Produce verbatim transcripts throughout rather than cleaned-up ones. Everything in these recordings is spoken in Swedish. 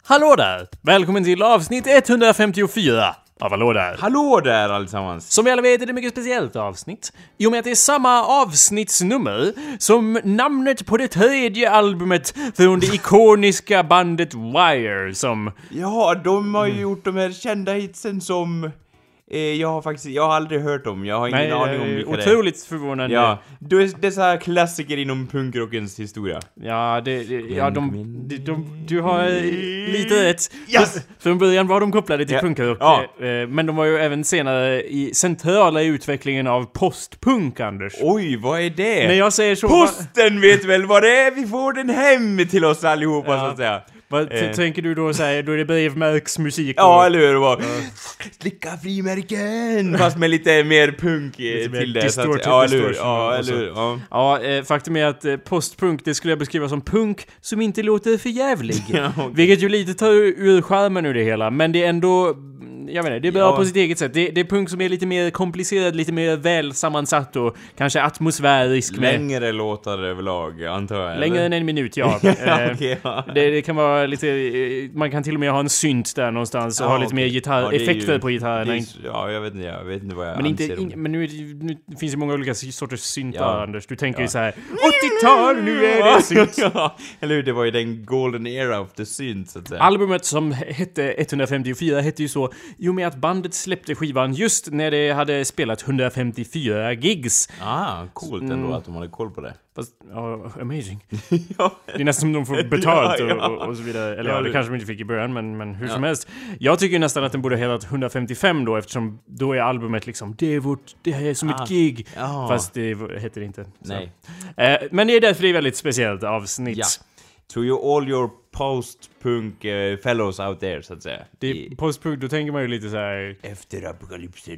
Hallå där! Välkommen till avsnitt etthundrafemtiofyra av Hallå där! Hallå där allesammans! Som vi alla vet är det ett mycket speciellt avsnitt. I och med att det är samma avsnittsnummer som namnet på det tredje albumet från det ikoniska bandet Wire som... Ja, de har ju gjort de här kända hitsen som... Eh, jag har faktiskt... Jag har aldrig hört dem. Jag har ingen Nej, aning om vilka det är. otroligt förvånande. Ja, det är dessa klassiker inom punkrockens historia. Ja, det, det, ja de, de, de... Du har lite rätt. Yes! Från början var de kopplade till Ja. punkrock. Ja. Eh, men de var ju även senare i centrala i utvecklingen av postpunk, Anders. Oj, vad är det? När jag säger så... Posten vet väl vad det är? Vi får den hem till oss allihopa, Ja. så att säga. Vad t- Eh. tänker du då säga? Då är det brevmärksmusik. Ja, och... eller hur? Var... Slicka frimärken! Fast med lite mer punk Lite mer till det. Så distort- att, ja, eller hur? distortion Ja, och eller hur? Ja. Ja, eh, faktum är att eh, postpunk, det skulle jag beskriva som punk som inte låter för jävlig. Ja, okej. Vilket ju lite tar ur skärmen ur det hela, men det är ändå... Jag vet inte, det är bra Ja. på sitt eget sätt. Det, det är punk som är lite mer komplicerad, lite mer väl sammansatt och kanske atmosfärisk med... Längre låtar överlag, antar jag. Längre eller? än en minut, ja. Ja, Eh, okej, ja. det, det kan vara lite... eh, Man kan till och med ha en synt där någonstans och Ja, ha lite okej. mer Ja, det är gitarreffekter ju- på gitarrerna. Det är, ja, jag vet inte, jag vet inte vad jag Men, inte, anser om in, det. men nu, är det, nu det finns ju många olika sorters syntar, Ja. Anders. Du tänker ju Ja. så här: åttiotal, nu är det synt. Ja, eller hur? Det var ju den golden era of the synth, så att säga. Albumet som hette etthundrafemtiofyra hette ju så i och med att bandet släppte skivan just när det hade spelat hundrafemtiofyra gigs. Ah, coolt ändå Mm. att de hade koll på det. Fast, ja, amazing. Ja, Det är nästan som de får betalt Ja, ja. Och, och, och så vidare. Eller ja, Ja, det det- kanske de inte fick i början, men, men hur Ja. som helst. Jag tycker nästan att den borde ha hetat hundrafemtiofem då, eftersom då är albumet liksom, det är vårt, det här är som Ah. ett gig. ja. Fast det heter det inte. Så. Nej. Eh, men det är därför det är väldigt speciellt avsnitt. Ja. To you all your post-punk uh, fellows out there, så att säga. Det I- är postpunk, då tänker man ju lite så här. Efter apokalypsen.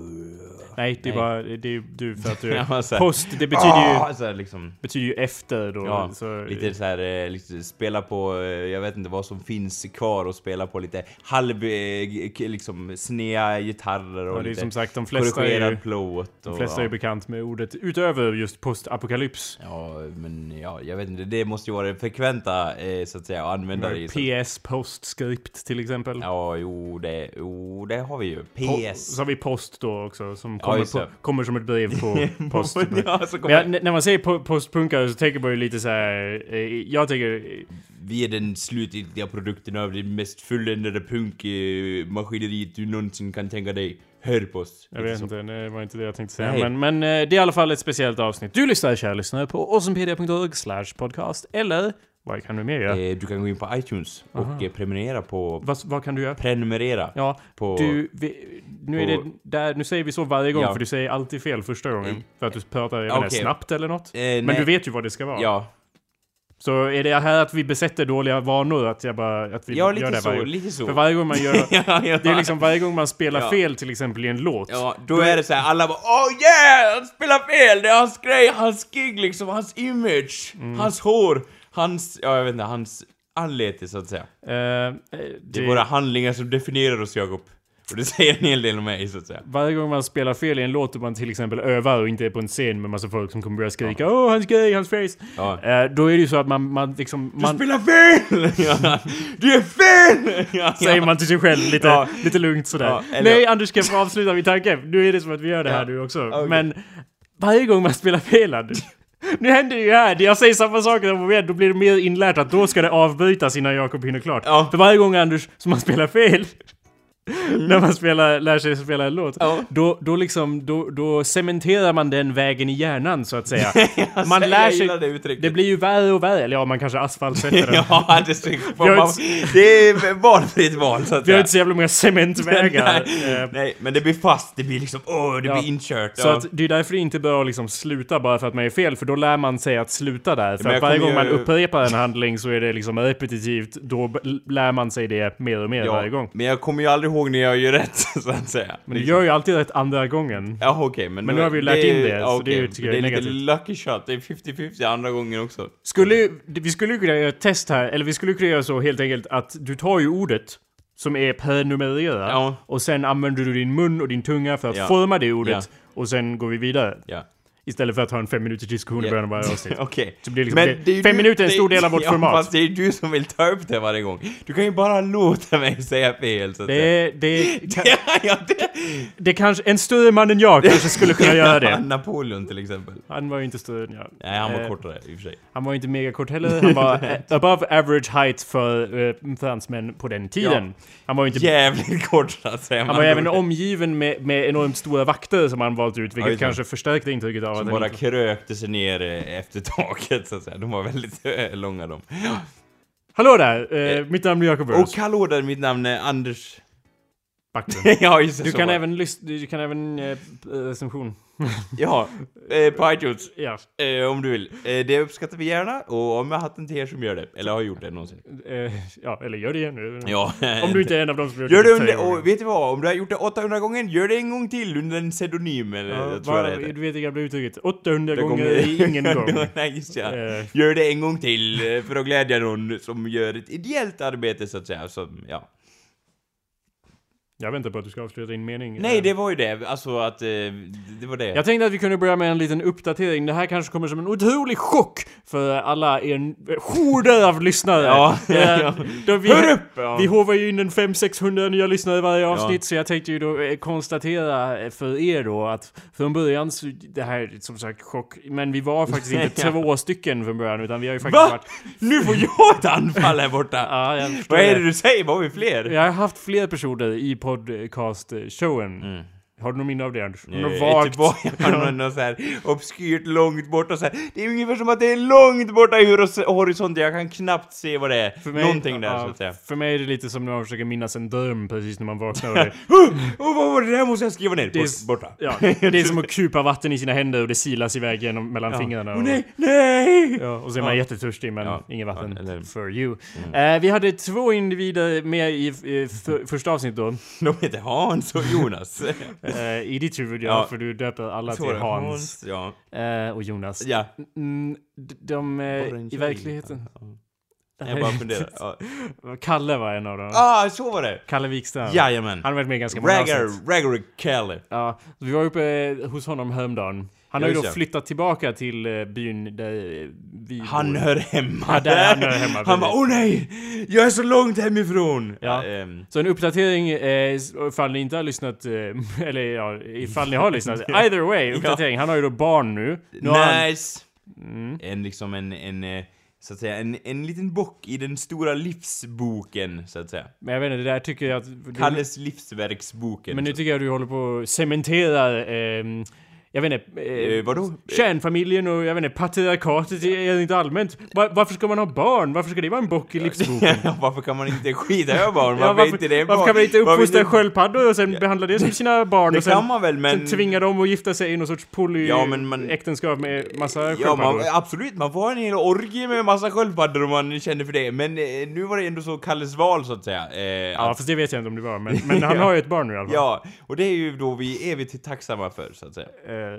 uh. Nej, det är Nej. bara, det är du för att du... Ja, så här. Post, det betyder ju, Ah, så här, liksom. betyder ju efter då. Ja, så, lite så här, eh, lite spela på, eh, jag vet inte vad som finns kvar och spela på lite halv, eh, k- liksom snea gitarrer och ja, det är lite som sagt, de flesta är ju, korrigerad plåt. de och, flesta är ja. ju bekant med ordet utöver just postapokalyps. Ja, men ja, jag vet inte, det måste ju vara det frekventa, eh, så att säga, att använda det i. så- P S postscript till exempel. Ja, jo det, jo, det har vi ju. Po- P S. Så har vi post då också, som Ja, kommer, just på, det. kommer som ett brev på post. Ja, så Men kommer, jag, n- när man säger po- postpunkare så tänker man ju lite så här. Eh, jag tänker... vi är den slutgiltiga produkten av det mest fulländade punkmaskineriet du någonsin kan tänka dig. Hör på oss. Jag vet inte, det var inte det jag tänkte säga. Nej. Men, men eh, det är i alla fall ett speciellt avsnitt. Du lyssnar, kära lyssnare, på awesomepedia punkt org slash podcast. Eller, vad kan du mer göra? Eh, du kan gå in på iTunes och Aha. eh, prenumerera på... Vad, vad kan du göra? Prenumerera Ja, på... du... Vi, nu är det på- där, nu säger vi så varje gång, Ja. för du säger alltid fel första gången. Mm. För att du pratar jag vet inte, Okej. snabbt eller något. Eh, Men nej. du vet ju vad det ska vara. Ja, Så är det här att vi besätter dåliga vanor, att jag bara... Att vi ja gör lite det så, varje, lite så. För varje gång man gör... ja, ja. Det är liksom varje gång man spelar Ja. fel till exempel i en låt. Ja, då är det så här, alla bara oh yeah, han spelar fel, det är hans grej, hans gig liksom, hans image, Mm. hans hår, hans, ja jag vet inte, hans anlete så att säga. Eh, Det är våra handlingar som definierar oss, Jakob. Och det säger en hel del om mig så att säga. Varje gång man spelar fel i en låt och man till exempel övar och inte är på en scen med massa folk som kommer börja skrika åh, hans grej, hans face. Ja. Eh, då är det ju så att man, man liksom... Du Man, spelar fel! Ja. Du är fel! Ja, säger man till sig själv lite, Ja. lite lugnt sådär. Ja, eller- Nej, Anders, ska jag få avsluta min tanke? Nu är det som att vi gör det här Ja. nu också. Okej. Men varje gång man spelar fel, Anders. Nu händer det ju här, jag säger samma sak om igen, då blir det mer inlärt att då ska det avbrytas innan Jakob hinner klart. Ja. För varje gång, Anders, som man spelar fel, när man spelar, lär sig spela en låt, Ja. då, då liksom, då, då cementerar man den vägen i hjärnan så att säga. Jag Man säger, lär jag sig, gillar det uttrycket. det blir ju värre och värre, eller ja, man kanske asfaltsätter den. Ja, det, är- Vi har man, inte- det är valfritt val så att Vi har säga. inte så jävla många cementvägar. Nej, Eh, nej, men det blir fast, det blir liksom, åh, det Ja. blir inkört. Så ja. att det är därför det inte bör liksom sluta bara för att man är fel, för då lär man sig att sluta där. För men att jag varje gång kommer man ju- upprepar en handling så är det liksom repetitivt, då b- lär man sig det mer och mer Ja, varje gång. men jag kommer ju aldrig ihåg när jag gör rätt, så att säga. Men du gör ju alltid rätt andra gången. Ja, okej, men... Men nu har vi ju lärt in det, ja, så det är ju, okej, tycker jag, det är lite negativt. lucky shot, det är femtio femtio andra gången också. Skulle ju, vi skulle ju kunna göra ett test här, eller vi skulle ju kunna göra så helt enkelt att du tar ju ordet som är prenumererat, Ja. och sen använder du din mun och din tunga för att Ja. forma det ordet, Ja. och sen går vi vidare. Ja. Istället för att ha en fem minuters diskussion i början av varje avsnitt. Okej. Okay. Så blir liksom det, det fem du, minuter är en stor det, del av vårt ja, format. Fast det är du som vill ta upp det varje gång. Du kan ju bara låta mig säga fel. Så att det, det, det, kan, ja, det. det kanske, en större man än jag kanske skulle kunna göra det. Napoleon till exempel. Han var ju inte större än jag. Nej, han var eh, kortare i och för sig. Han var inte mega kort heller. Han var above average height för uh, fransmän på den tiden. Ja. Han var ju inte... Jävligt kort så att säga. Han var även omgiven med, med enormt stora vakter som han valt ut, vilket ja, kanske förstärkte intrycket av som att bara inte... krökte sig ner efter taket så att säga. De var väldigt långa de. Hallå där, eh, mitt namn är Jacob Burrows. Och hallå där, mitt namn är Anders Backström. Ja, just det, du, så kan var. även lyssna, du kan även eh, recension. Ja, eh, på iTunes. Ja. Eh, om du vill. Eh, det uppskattar vi gärna. Och om jag har haft en till er som gör det. Eller har gjort det någonsin. Eh, ja, eller gör det igen nu. Ja. Om du inte är en av dem som gjort gör det, det under, och vet du vad? Om du har gjort det åttahundra gånger, gör det en gång till under en pseudonym. Eller, ja, jag tror var, jag det du vet jag blir uttrycket. åttahundra gånger, gånger är ingen gång. Nej, just ja. Eh. Gör det en gång till för att glädja någon som gör ett ideellt arbete så att säga. Så, ja. Jag väntar på att du ska avsluta din mening. Nej, det var ju det. Alltså att eh, det var det. Jag tänkte att vi kunde börja med en liten uppdatering. Det här kanske kommer som en otrolig chock för alla er horder av lyssnare. Ja, ja. Då vi, hör upp! Ja. Vi hovar ju in en fem sexhundra nya lyssnare i varje avsnitt, ja. Så jag tänkte ju då konstatera för er då att från början, så, det här är som sagt chock, men vi var faktiskt inte ja. två stycken från början, utan vi har ju faktiskt Va? varit... Nu får jag ett anfall här borta! Ja, jag vad är det du säger? Var vi fler? Jag har haft fler personer i podcast-showen. Mm. Har du någon minne av det, Anders? Nej, något vagt. Har något så här obskyrt långt borta så här. Det är ungefär som att det är långt borta i horisonten. Jag kan knappt se vad det är. För mig, någonting där, ja, så att säga. För mig är det lite som när man försöker minnas en dröm precis när man vaknar. Och det... oh, vad var det där? Måste jag skriva ner? Det är, borta. Ja, det är som att kupa vatten i sina händer och det silas iväg genom, mellan ja. fingrarna. Och, oh, nej, nej! Ja, och så är man ja. jättetörstig, men ja. ingen vatten ja, eller... for you. Mm. Uh, vi hade två individer med i, i för, första avsnitt då. De heter Hans och Jonas. uh, I ditt huvud, ja, ja, för du döper alla till Hans, Hans ja. uh, och Jonas. Ja. Mm, de, de uh, i verkligheten... Ja. Jag bara funderar. Ja. Kalle var en av dem. Ah, så var det. Kalle Wikström. Jajamän. Han har varit med ganska många avsnitt. Regular Kalle. Ja, vi var uppe hos honom häromdagen. Han har ju då flyttat tillbaka till uh, byn där vi Han bor. hör hemma. Ja, där han hör hemma. Han bara, åh nej! Jag är så långt hemifrån! Ja. Ja, um. Så en uppdatering, eh, ifall ni inte har lyssnat, eh, eller ja, ifall ni har lyssnat. Either way, uppdatering. Ja. Han har ju då barn nu. nu nice! Han... Mm. En liksom en... en så att säga, en, en liten bock i den stora livsboken, så att säga. Men jag vet inte, det där tycker jag att... Kalles livsverksboken. Men nu tycker jag att du håller på att cementera... Eh, jag vet inte... Eh, eh, vadå? Kärnfamiljen och, jag vet inte, patriarkatet är inte allmänt. Var, varför ska man ha barn? Varför ska det vara en bock i livsboken? Ja, varför kan man inte skita över barn? Ja, varför, inte det varför kan man inte uppfostra inte... sköldpaddor och sen behandla det som sina barn? Det och sen, kan man väl, men... sen tvinga dem att gifta sig i någon sorts polyäktenskap ja, man... med massa ja, sköldpaddor? Man, absolut, man får en hel orgie med massa sköldpaddor om man känner för det. Men eh, nu var det ändå så Kalles val, så att säga. Eh, ja, att... fast det vet jag inte om det var. Men, men han har ju ett barn nu i alla fall. Ja, och det är ju då vi är evigt tacksamma för, så att säga. Eh,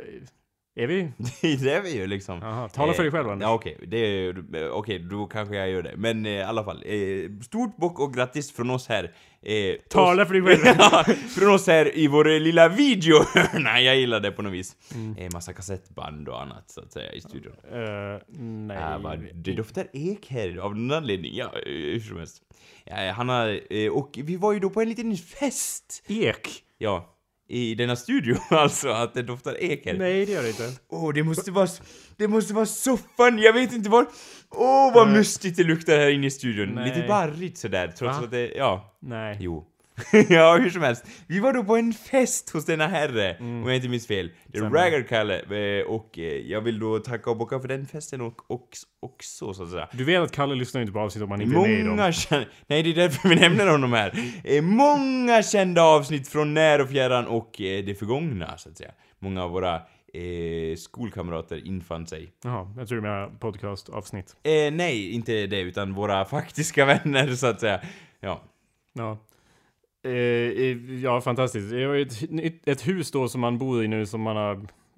Är vi? Det är vi ju liksom. Jaha, tala för dig själv, Anders. Ja, okej. Okay. Okej, okay, då kanske jag gör det. Men eh, i alla fall, eh, stort bock och grattis från oss här. Eh, tala oss... för dig själv. Ja, från oss här i vår lilla video. Nej, jag gillar det på något vis. Mm. Eh, massa kassettband och annat, så att säga, i studion. Uh, nej. Äh, va, det doftar ek här av någon anledning. Ja, hur som helst. Ja, han har, eh, och vi var ju då på en liten fest. Ek? Ja. I denna studio, alltså, att det doftar eker. Nej, det gör det inte. Åh, oh, det måste vara... Det måste vara soffan, jag vet inte var... Åh, oh, vad uh, mustigt det luktar här inne i studion. Nej. Lite barrigt sådär, trots Va? Att det... Ja. Nej. Jo. Ja, hur som helst. Vi var då på en fest hos denna herre, mm. om jag inte minns fel. Det är Raggar Kalle, och jag vill då tacka och bocka för den festen och, och, också, så att säga. Du vet att Kalle lyssnar inte på avsnitt om han inte många är med i dem. Kända, nej, det är därför vi nämner honom här. Många kända avsnitt från när och fjärran och det förgångna, så att säga. Många av våra eh, skolkamrater infann sig. Jaha, jag tror du menar podcast-avsnitt. Eh, nej, inte det, utan våra faktiska vänner, så att säga. Ja. Ja. Eh, ja, fantastiskt. Det är ett, ett hus då som man bor i nu som man har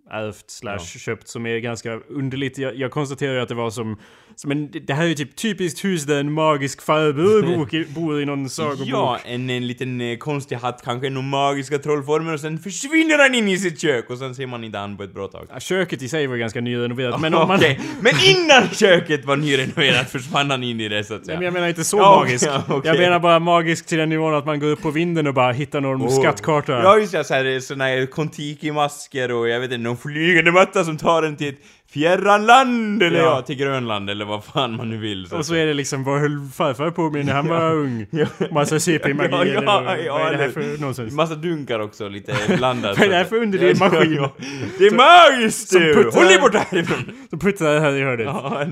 ärvt slash ja. köpt som är ganska underligt. Jag, jag konstaterar att det var som, som en, det här är typ typiskt hus där en magisk farbror bor i någon sagobok. Ja, en, en liten eh, konstig hatt, kanske någon magiska trollformer och sen försvinner han in i sitt kök och sen ser man inte han på ett bra tag. Ja, köket i sig var ganska nyrenoverat. Men, om man... okay. men innan köket var nyrenoverat försvann han in i det så att säga. Nej, men jag menar inte så ja, magisk. Ja, okay. Jag menar bara magisk till den nivån att man går upp på vinden och bara hittar någon oh. skattkarta. Ja, just det, så här, såna här Kontiki-masker och jag vet inte, någon flygande matta som tar en till ett fjärran land, eller ja. ja, till Grönland, eller vad fan man nu vill. Så och så är det liksom, vad höll farfar på med när han var ung? ja. Massa C P-magi, ja, ja, eller ja, ja, vad är det här för nonsens? Massa dunkar också, lite blandat. Vad är det här för underlig maskin? Ja, ja. Det är magiskt du! Håll dig bort härifrån! Så puttar det här i hördet. Ja,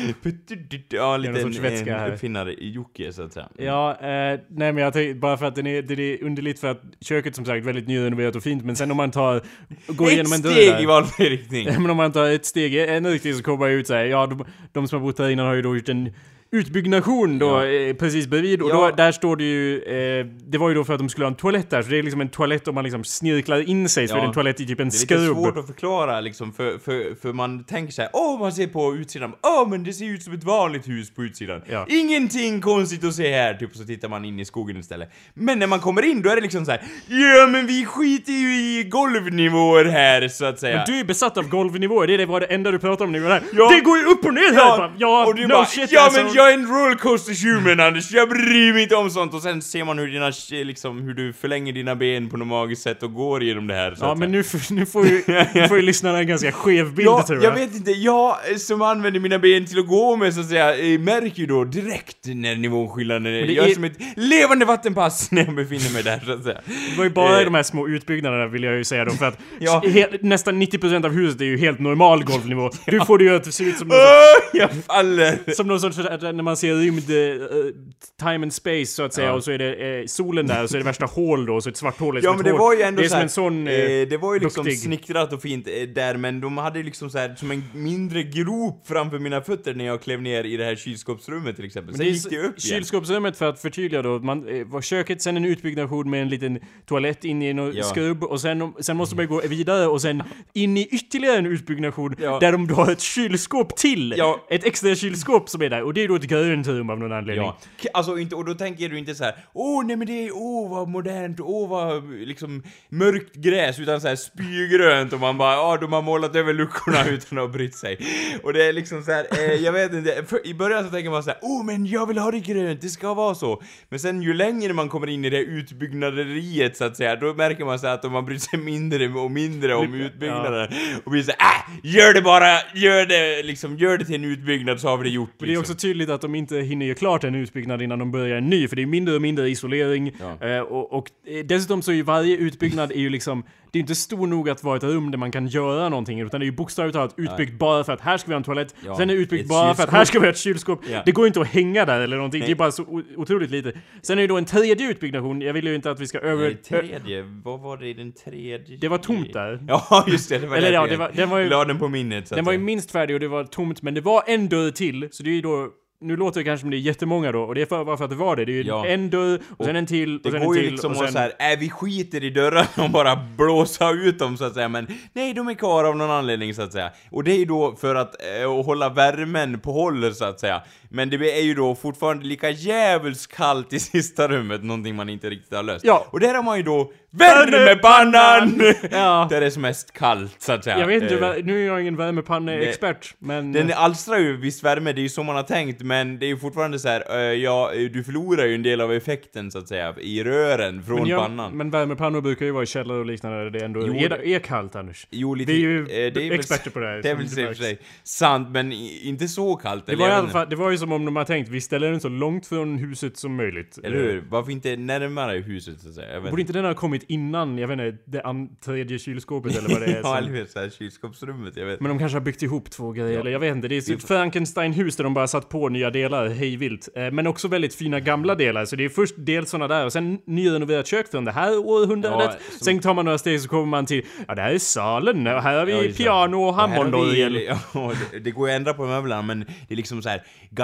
ja, lite en, en uppfinnare i Jocke, så att säga. Ja, eh, nej men jag tänkte, bara för att den är, det är underligt för att köket som sagt väldigt nyrenoverat och fint, men sen om man tar, går igenom en dörr ett steg i valfri riktning. Men om man tar ett steg, en riktning så kommer jag ut såhär, ja de, de som har bott här innan har ju då gjort en utbyggnation då, ja. eh, precis bredvid och ja. då, där står det ju eh, det var ju då för att de skulle ha en toalett där, så det är liksom en toalett om man liksom snirklar in sig, så ja. är det en toalett i typ en skrubb. Det är lite svårt att förklara liksom, för, för, för man tänker såhär, åh man ser på utsidan, åh men det ser ut som ett vanligt hus på utsidan, ja. ingenting konstigt att se här, typ, så tittar man in i skogen istället. Men när man kommer in då är det liksom såhär, ja men vi skiter ju i golvnivåer här, så att säga. Men du är besatt av golvnivåer, det är det, var det enda du pratar om nu, här. Ja. Det går ju upp och ner ja. här. Ja, och du no bara, shit, ja alltså. men jag är en rollercoaster human, Anders, jag bryr mig inte om sånt. Och sen ser man hur dina, liksom, hur du förlänger dina ben på något magiskt sätt och går igenom det här, så ja men nu, nu får ju nu får ju lyssnarna en ganska skev bild, ja, tror jag. Jag vet inte, jag som använder mina ben till att gå med, så att säga, märker ju då direkt när nivåskillnaden är, jag är som ett levande vattenpass när jag befinner mig där, så att säga. Det var ju bara de här små utbyggnaderna, vill jag ju säga då, för att ja. he, nästan nittio procent av huset är ju helt normal golvnivå. Ja. Du får det ju att det ser ut som någon oh, jag faller. Som någon sorts, när man ser rymd, uh, time and space så att säga, ja. och så är det uh, solen där och så är det värsta hål då, så ett svart hål är ja, som men ett det hål. var ju ändå det är så som här, en sån uh, det var ju liksom duktig. snickrat och fint eh, där, men de hade ju liksom så här som en mindre grop framför mina fötter när jag klev ner i det här kylskåpsrummet till exempel. Sen gick det upp igen. Kylskåpsrummet, för att förtydliga då, man eh, var köket, sen en utbyggnation med en liten toalett in i en ja. skrubb, och sen, sen måste man gå vidare och sen in i ytterligare en utbyggnation ja. där de då har ett kylskåp till. Ja. Ett extra kylskåp som är där, och det är då ett grönt rum av någon anledning. Ja. Alltså inte, och då tänker du inte så här, åh nej men det är, åh vad modernt, åh vad liksom mörkt gräs, utan så här spygrönt, och man bara, ja de har målat över luckorna utan att brytt sig. Och det är liksom så här, eh, jag vet inte, för, i början så tänker man så här, åh men jag vill ha det grönt, det ska vara så. Men sen ju längre man kommer in i det utbyggnaderiet, så att säga, då märker man så här att de har brytt sig mindre och mindre om utbyggnaden. Ja. Och blir så här, äh, gör det bara, gör det liksom, gör det till en utbyggnad, så har vi det gjort. Liksom. Det är också tydligt att de inte hinner göra klart en utbyggnad innan de börjar en ny, för det är mindre och mindre isolering. Ja. Eh, och, och dessutom så är ju varje utbyggnad är ju liksom, det är inte stor nog att vara ett rum där man kan göra någonting, utan det är ju bokstavligt talat utbyggt ja. bara för att här ska vi ha en toalett, ja. sen är det utbyggt bara kylskåp. för att här ska vi ha ett kylskåp. Ja. Det går inte att hänga där eller någonting. Nej. Det är bara så otroligt lite. Sen är det då en tredje utbyggnation. Jag vill ju inte att vi ska över... Nej, tredje? Vad var det i den tredje? Det var tomt där. Ja, just det. Det var eller, det. Ja, det var, den var ju, la den på minnet. Så den var ju minst färdig och det var tomt, men det var en dörr till, så det är ju då... Nu låter det kanske som det är jättemånga då, och det är för, bara för att det var det. Det är ju ja. en dörr, och, och sen en till, och det sen går en till, ju liksom och sen... så här, är vi skiter i dörren och bara blåsa ut dem, så att säga, men nej, de är kvar av någon anledning, så att säga. Och det är ju då för att eh, hålla värmen på håll, så att säga. Men det är ju då fortfarande lika jävligt kallt i sista rummet, någonting man inte riktigt har löst. Ja. Och där har man ju då värmepannan! Ja. Där det är som mest kallt, så att säga. Jag vet inte, nu är jag ingen värmepanneexpert, men... Den alstrar ju viss värme, det är ju så man har tänkt, men det är ju fortfarande så här, uh, ja, du förlorar ju en del av effekten, så att säga, i rören från men jag, pannan. Men värmepannor brukar ju vara i källare och liknande, det är ändå... Jo, är, är kallt, Anders? Jo, lite... Vi är ju eh, det är experter på det här. Det är väl för sig sant, men inte så kallt. Det var, i alla fall, det var ju som om de har tänkt, vi ställer den så långt från huset som möjligt. Eller hur? Varför inte närmare huset, så att säga? Jag vet borde inte den ha kommit innan, jag vet inte, det an- tredje kylskåpet eller vad det är? Ja, eller så här kylskåpsrummet, jag vet. Men de kanske har byggt ihop två grejer, ja. eller jag vet inte. Det är ett Frankenstein-hus där de bara satt på nya delar hejvilt. Eh, men också väldigt fina gamla delar, så det är först dels såna där, och sen nyrenoverat kök från det här århundradet. Ja, som... Sen tar man några steg så kommer man till, ja det här är salen, och här har vi ja, piano och hammondorgel. Ja, det, det går ju att ändra på möblerna, men det är liksom så här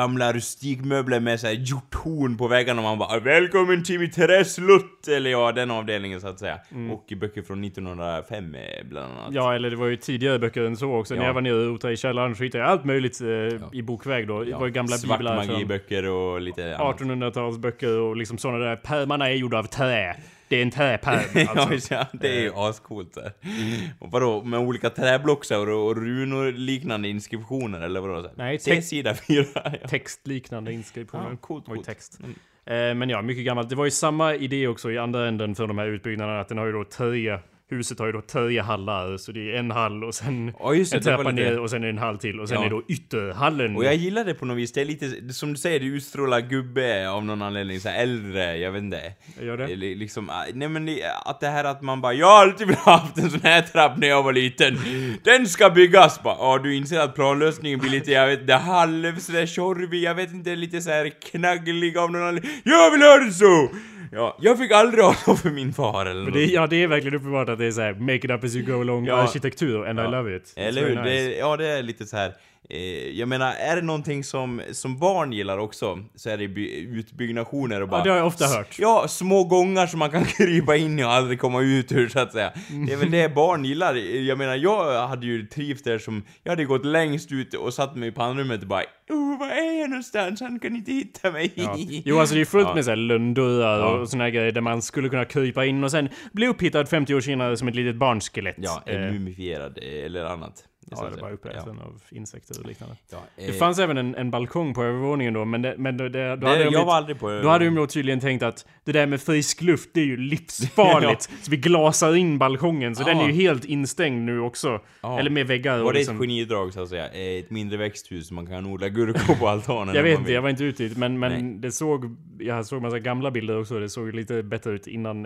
gamla rustikmöbler med så här hjorthorn på väggarna och man bara välkommen till mitt träslott, eller ja, den avdelningen så att säga. Mm. Och böcker från nittonhundrafem bland annat. Ja, eller det var ju tidigare böcker än så också. Ja. När jag var nere och rotade i källaren så hittade jag allt möjligt eh, ja. i bokväg då. Det ja. var ju gamla svart biblar. magiböcker och lite artonhundratalsböcker och liksom sådana där. Pärmarna är gjorda av trä. Det är en träpärm alltså. Ja, det är ju ascoolt där. Och vadå, med olika träblocksar och, och runor liknande inskriptioner eller vadå? Nej, te- sida fyra. Ja. Textliknande inskriptioner. Ja, coolt, coolt. Text. Mm. Eh, men ja, mycket gammalt. Det var ju samma idé också i andra änden för de här utbyggnaderna, att den har ju då tre... Huset har ju då tre hallar, så det är en hall och sen oh, just det, en trappa ner och sen en hall till och sen ja. är då ytterhallen. Och jag gillar det på något vis. Det är lite, som du säger, det utstrålar gubbe av någon anledning, så här äldre, jag vet inte. Gör det? Liksom, nej men det, att det här att man bara, jag har alltid velat haft en sån här trapp när jag var liten. Den ska byggas, bara. Ja, du inser att planlösningen blir lite, jag vet inte, halv sådär tjorvig, jag vet inte, lite så här knagglig av någon anledning. Jag vill ha det så! Ja, jag fick aldrig ha för min far eller det, ja, det är verkligen uppenbart att det är så här make it up as you go along ja. arkitektur, and ja. I love it. It's eller hur? Nice. Det, ja, det är lite så här. Eh, jag menar, är det någonting som, som barn gillar också, så är det by- utbyggnationer och bara... Ja, det har jag ofta hört. Ja, små gångar som man kan krypa in i och aldrig komma ut ur, så att säga. Mm. Det är väl det barn gillar. Jag menar, jag hade ju trivts där som... Jag hade gått längst ut och satt mig i pannrummet och bara... Oh, vad är jag någonstans? Han kan inte hitta mig. Ja. Jo, alltså det är fullt ja. med så här lundor ja. och såna här grejer där man skulle kunna krypa in och sen bli upphittad femtio år senare som ett litet barnskelett. Ja, en eh. mumifierad eller annat. Ja, det var uppäten ja. av insekter och liknande. Ja, eh, det eh, fanns även en, en balkong på övervåningen då, men, det, men det, det, då det, hade jag de var aldrig på Då hade de nog tydligen tänkt att det där med frisk luft, det är ju livsfarligt. ja. Så vi glasar in balkongen, så ja. den är ju helt instängd nu också. Ja. Eller med väggar. Och, och det är liksom... ett genidrag, så att säga. Ett mindre växthus, man kan odla gurkor på altanen. Jag vet inte, jag var inte ute, men, men det såg, jag såg massa gamla bilder också, det såg lite bättre ut innan,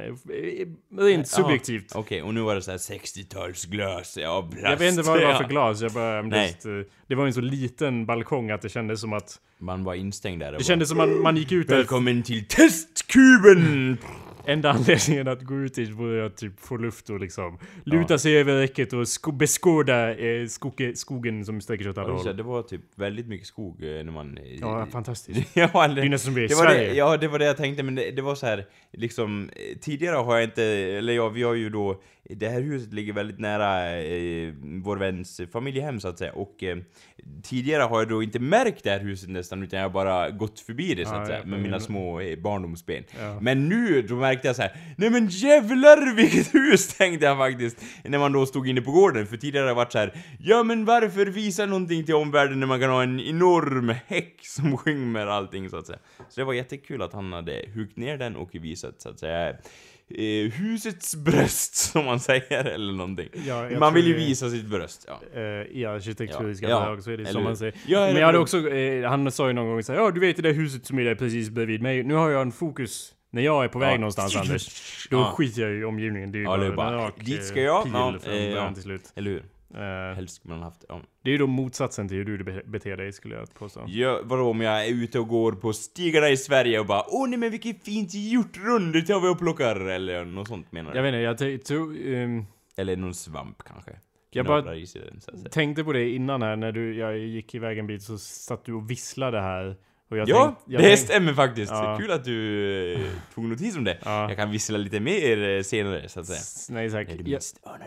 rent subjektivt. Okej, okay, och nu var det så här sextiotalsglas, ja, plast. Jag vet inte vad det var för glas, jag bara... Just, det var en så liten balkong att det kändes som att man var instängd där. Det kändes som man, man gick ut där. Välkommen till testkuben! Enda anledningen att gå ut dit var att typ få luft och liksom luta ja. sig över räcket och sko- beskåda eh, skoge, skogen som sträcker sig åt alla håll. Det var typ väldigt mycket skog eh, när man... Eh, ja, fantastiskt. ja, det, det är nästan som vi är i det var Sverige. Det, ja, det var det jag tänkte, men det, det var så här liksom, tidigare har jag inte, eller ja, vi har ju då, det här huset ligger väldigt nära eh, vår väns familjehem så att säga, och eh, tidigare har jag då inte märkt det här huset nästan, utan jag har bara gått förbi det så att ja, säga, med mina små eh, barndomsben. Ja. Men nu, då märkte jag så här: nej men jävlar vilket hus, tänkte jag faktiskt, när man då stod inne på gården, för tidigare har det varit så här: ja men varför visa någonting till omvärlden när man kan ha en enorm häck som skymmer allting så att säga. Så det var jättekul att han hade huggt ner den och visat så att säga eh, husets bröst, som man säger, eller någonting. Ja, man vill ju det... visa sitt bröst. Ja, uh, i arkitekturiska ja. drag så är det eller... som man säger. Ja, men jag hade också, eh, han sa ju någon gång så här: ja du vet det där huset som är där precis bredvid mig, nu har jag en fokus. När jag är på väg ja. någonstans, Anders, då ja. skiter jag i omgivningen. Det är ju ja, bara, bara rak, dit ska jag, pil ja, från eh, början till slut. Eller hur? Uh, Helst man haft, ja. Det är ju då motsatsen till hur du beter dig, skulle jag påstå. Ja, vadå om jag är ute och går på stigarna i Sverige och bara: åh nej men vilket fint hjortron, det tar vi och plockar, eller något sånt menar du? Jag vet inte, jag t- tror... Um, eller någon svamp kanske. Jag bara den, tänkte på det innan här, när du, jag gick iväg en bit så satt du och visslade här. Och jag ja, tänk, jag det tänk... stämmer faktiskt. Ja. Kul att du eh, tog notis om det. Ja. Jag kan vissla lite mer senare, så att säga. S- nej, säkert. Jag,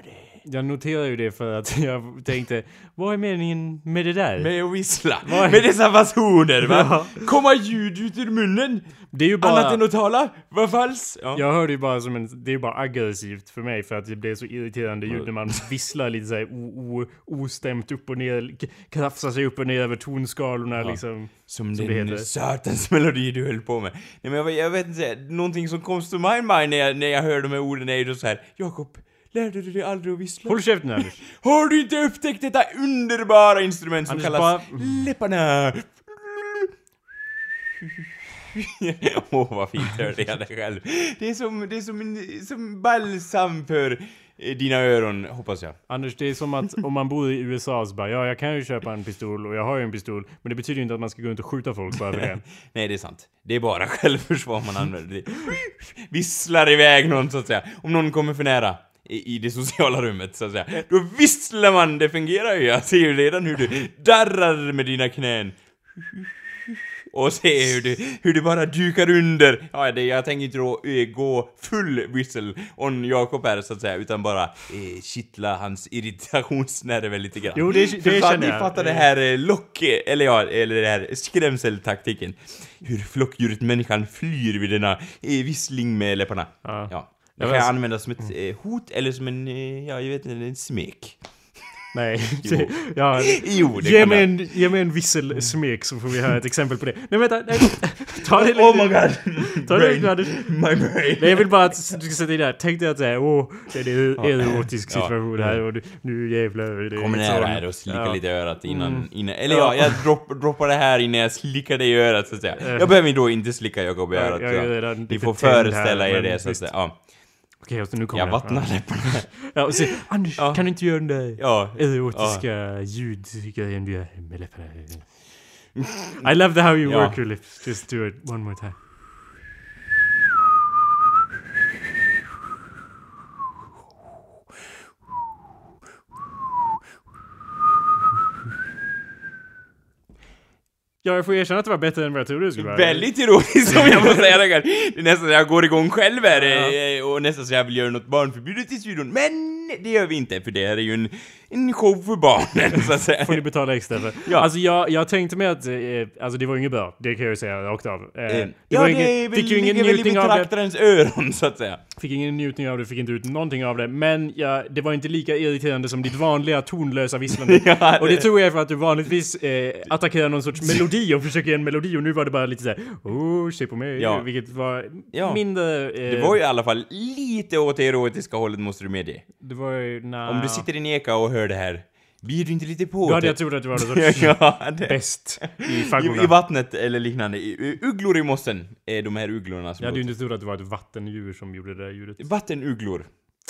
jag noterar ju det för att jag tänkte, vad är meningen med det där? Med att vissla. Är... Med dessa fasoner, va? Ja. Komma ljud ut ur munnen. Det är ju bara... annat än att tala. Vad falskt? Ja. Jag hörde ju bara som en... Det är ju bara aggressivt för mig, för att det blir så irriterande ljud när man visslar lite såhär o- o- ostämt upp och ner, krafsar sig upp och ner över tonskalorna, ja. liksom. Som, som den satans melodi du höll på med. Nej, men jag, jag vet inte, någonting som kom to my mind när jag, när jag hör de här orden är ju då så här: Jakob, lärde du dig aldrig att vissla? Håll käften, Anders. Har du inte upptäckt detta underbara instrument som Anders kallas bara... läpparna? Åh, oh, vad fint hörde jag det själv. Det är som, det är som, en, som balsam för dina öron, hoppas jag. Anders, det är som att om man bor i U S A så bara, ja, jag kan ju köpa en pistol och jag har ju en pistol, men det betyder ju inte att man ska gå runt och skjuta folk bara för det. Nej, det är sant. Det är bara självförsvar man använder. Det visslar iväg någon, så att säga. Om någon kommer för nära i, i det sociala rummet, så att säga, då visslar man. Det fungerar ju. Jag ser ju redan hur du darrar med dina knän. och se hur det, hur det bara dukar under. Ja, det, jag tänker inte då eh, gå full whistle on Jakob här så att säga, utan bara eh, kittla hans irritationsnerver lite grann. Jo, det, det För känner ni jag. fattar det här eh, lock, eller ja, eller det här skrämseltaktiken. Hur flockdjuret människan flyr vid denna eh, vissling med läpparna. Ja. Ja. Det kan jag använda som ett eh, hot eller som en, eh, ja, jag vet inte, en smek. Nej, Jo. ja, Jo, det ge, kan mig jag. en, ge mig en visselsmek så får vi höra ett exempel på det. Nej, vänta, nej. Ta det lite. Oh my god. Ta det lite, Anders. My brain. Nej, jag vill bara att du ska sätta in där. Tänk dig att säga, åh, det är en erotisk Ja. situation här och du, nu jävlar. Det är Kom ett nära sån- här och slicka Ja. lite i örat innan, Mm. innan eller ja, jag dropp, droppar det här innan jag slickar dig i örat så att säga. Jag behöver då inte slicka Jakob i Ja, örat. jag är så. redan Ni lite får tänd föreställa här, er men det så att visst. säga. Ja. Okej, och så nu kommer Jag vattnar läpparna. Ja, och så, Anders, Ja. kan du inte göra den där Ja. erotiska ljudgrejen du gör med läpparna? I love the how you Ja. work your lips. Just do it one more time. Ja, jag får erkänna att det var bättre än vad jag trodde det skulle vara. Väldigt ironiskt som jag får säga det här. Det är nästan så jag går igång själv här Ja. eh, och nästan så jag vill göra något barnförbjudet i studion. Men det gör vi inte för det här är ju en, en show för barnen så att säga. Får ni betala extra för. Ja. Alltså jag, jag tänkte mig att, eh, alltså det var inget bra. Det kan jag ju säga rakt av. Eh, Eh, det ja, var det ingen, är väl, fick ju ingen ligger väl i njutning av det. betraktarens öron så att säga. Fick ingen njutning av det, fick inte ut någonting av det. Men ja, det var inte lika irriterande som ditt vanliga tonlösa visslande. Ja, det- Och det tror jag är för att du vanligtvis eh, attackerar någon sorts melodi och försöker en melodi. Och nu var det bara lite såhär, oh, se på mig. Ja. Vilket var Ja. mindre... Eh, Det var ju i alla fall lite åt det erotiska hållet måste du medge. Det var ju... Nah. Om du sitter i Neka och hör det här, blir du inte lite på Då hade det? jag trott att det var något sorts ja, det. bäst i I, faggorna. I vattnet eller liknande. I- Ugglor i mossen är de här ugglorna som Jag hade ju låter. inte trott att det var ett vattendjur som gjorde det där ljudet. Vattenugglor.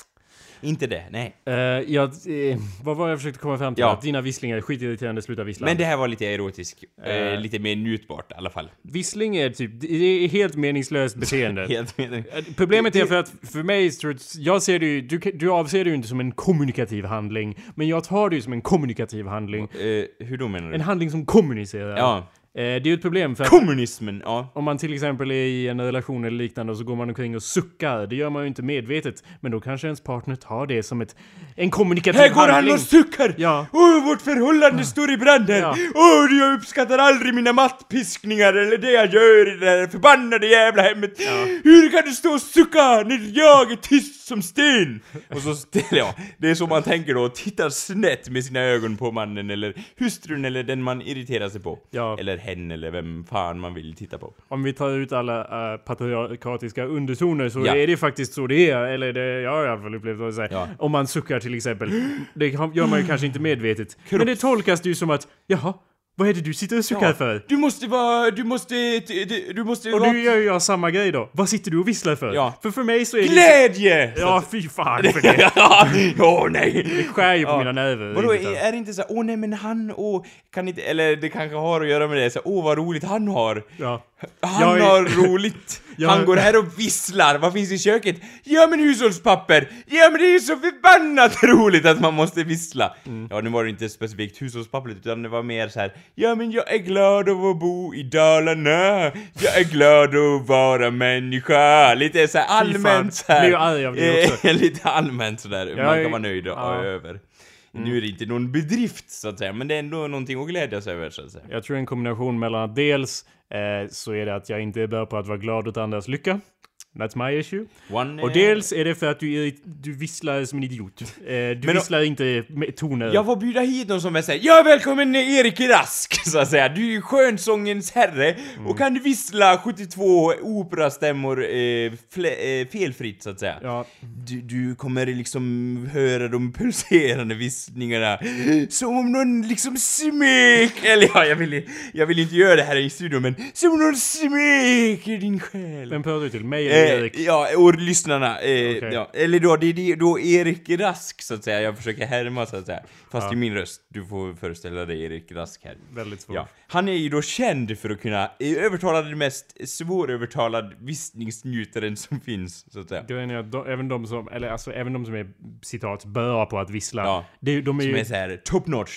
Inte det, nej. Uh, jag, eh, vad var jag försökte komma fram till? Ja. Att dina visslingar är skitirriterande, sluta vissla. Men det här var lite erotisk. Eh, Eh. lite mer njutbart i alla fall. Vissling är typ, det är helt meningslöst beteende. Helt med. Eh, Problemet är för att för mig, tror jag, jag ser det ju, du, du avser det ju inte som en kommunikativ handling. Men jag tar det ju som en kommunikativ handling. Eh, hur då menar du? En handling som kommunicerar. Ja. Eh, det är ju ett problem för att Kommunismen, ja. om man till exempel är i en relation eller liknande och så går man omkring och suckar. Det gör man ju inte medvetet. Men då kanske ens partner tar det som ett, en kommunikativ Här går han handling. och suckar! Ja. Åh, vårt förhållande står i brand här! Ja. Åh, jag uppskattar aldrig mina mattpiskningar eller det jag gör i det här förbannade jävla hemmet! Ja. Hur kan du stå och sucka när jag är tyst som sten? Och så ställer jag. Det är så man tänker då, tittar snett med sina ögon på mannen eller hustrun eller den man irriterar sig på. Ja. Eller hen eller vem fan man vill titta på. Om vi tar ut alla uh, patriarkatiska undertoner så Ja. är det faktiskt så det är. Eller det, jag har i alla fall upplevt att säga. Ja. Om man suckar till exempel. Det kan- gör man ju kanske inte medvetet. Men det tolkas ju som att, jaha, vad är det du sitter och suckar Ja. för? Du måste vara, du måste, du, du måste Och vara... nu gör ju jag samma grej då. Vad sitter du och visslar för? Ja. För för mig så är det... Glädje! Ja, fy fan för det. Åh oh, nej! Det skär ju på Ja. mina nerver. Vadå, Inte är, sant? är det inte så åh nej men han, åh, kan inte, eller det kanske har att göra med det, så åh vad roligt han har. Ja. Han Jag är- har roligt. Jag- Han går här och visslar. Vad finns i köket? Ja men hushållspapper. Ja men det är ju så förbannat roligt att man måste vissla. Mm. Ja, nu var det inte specifikt hushållspappret utan det var mer så här. Ja men jag är glad över att bo i Dalarna. Jag är glad att vara människa. Lite så här allmänt så här. Blir ju arg av det också. Eh, Lite allmänt sådär. Jag Man är- kan vara nöjd och ja. över. Nu är det inte någon bedrift så att säga, men det är ändå någonting att glädjas över så att säga. Jag tror en kombination mellan att dels eh, så är det att jag inte är bra på att vara glad åt andras lycka. That's my issue. One, Och eh, dels är det för att du, är, du visslar som en idiot. Eh, du Men- visslar inte med toner. Jag får bjuda hit någon som är säger ja välkommen Erik Rask så att säga. Du är ju skönsångens herre och kan du vissla sjuttiotvå operastämmor eh, fle, eh, felfritt så att säga. Ja. Du, du kommer liksom höra de pulserande vissningarna som om någon liksom smek eller ja, jag vill, jag vill inte göra det här i studion men som om någon smeker din själ. Vem pratar du till? Mig eller Eh, Erik? ja, och lyssnarna. Eh, Okej. ja. Eller då, det är det- då Erik Rask så att säga. Jag försöker härma så att säga. Fast Ja. i min röst. Du får föreställa dig Erik Rask här. Väldigt svårt. Ja. Han är ju då känd för att kunna eh, övertala den mest svårövertalad vissningsnjutaren som finns, så att säga. Grejen är att de, även de som, eller alltså även de som är citat bra på att vissla. Ja. Det, de är Som ju, är så här top notch.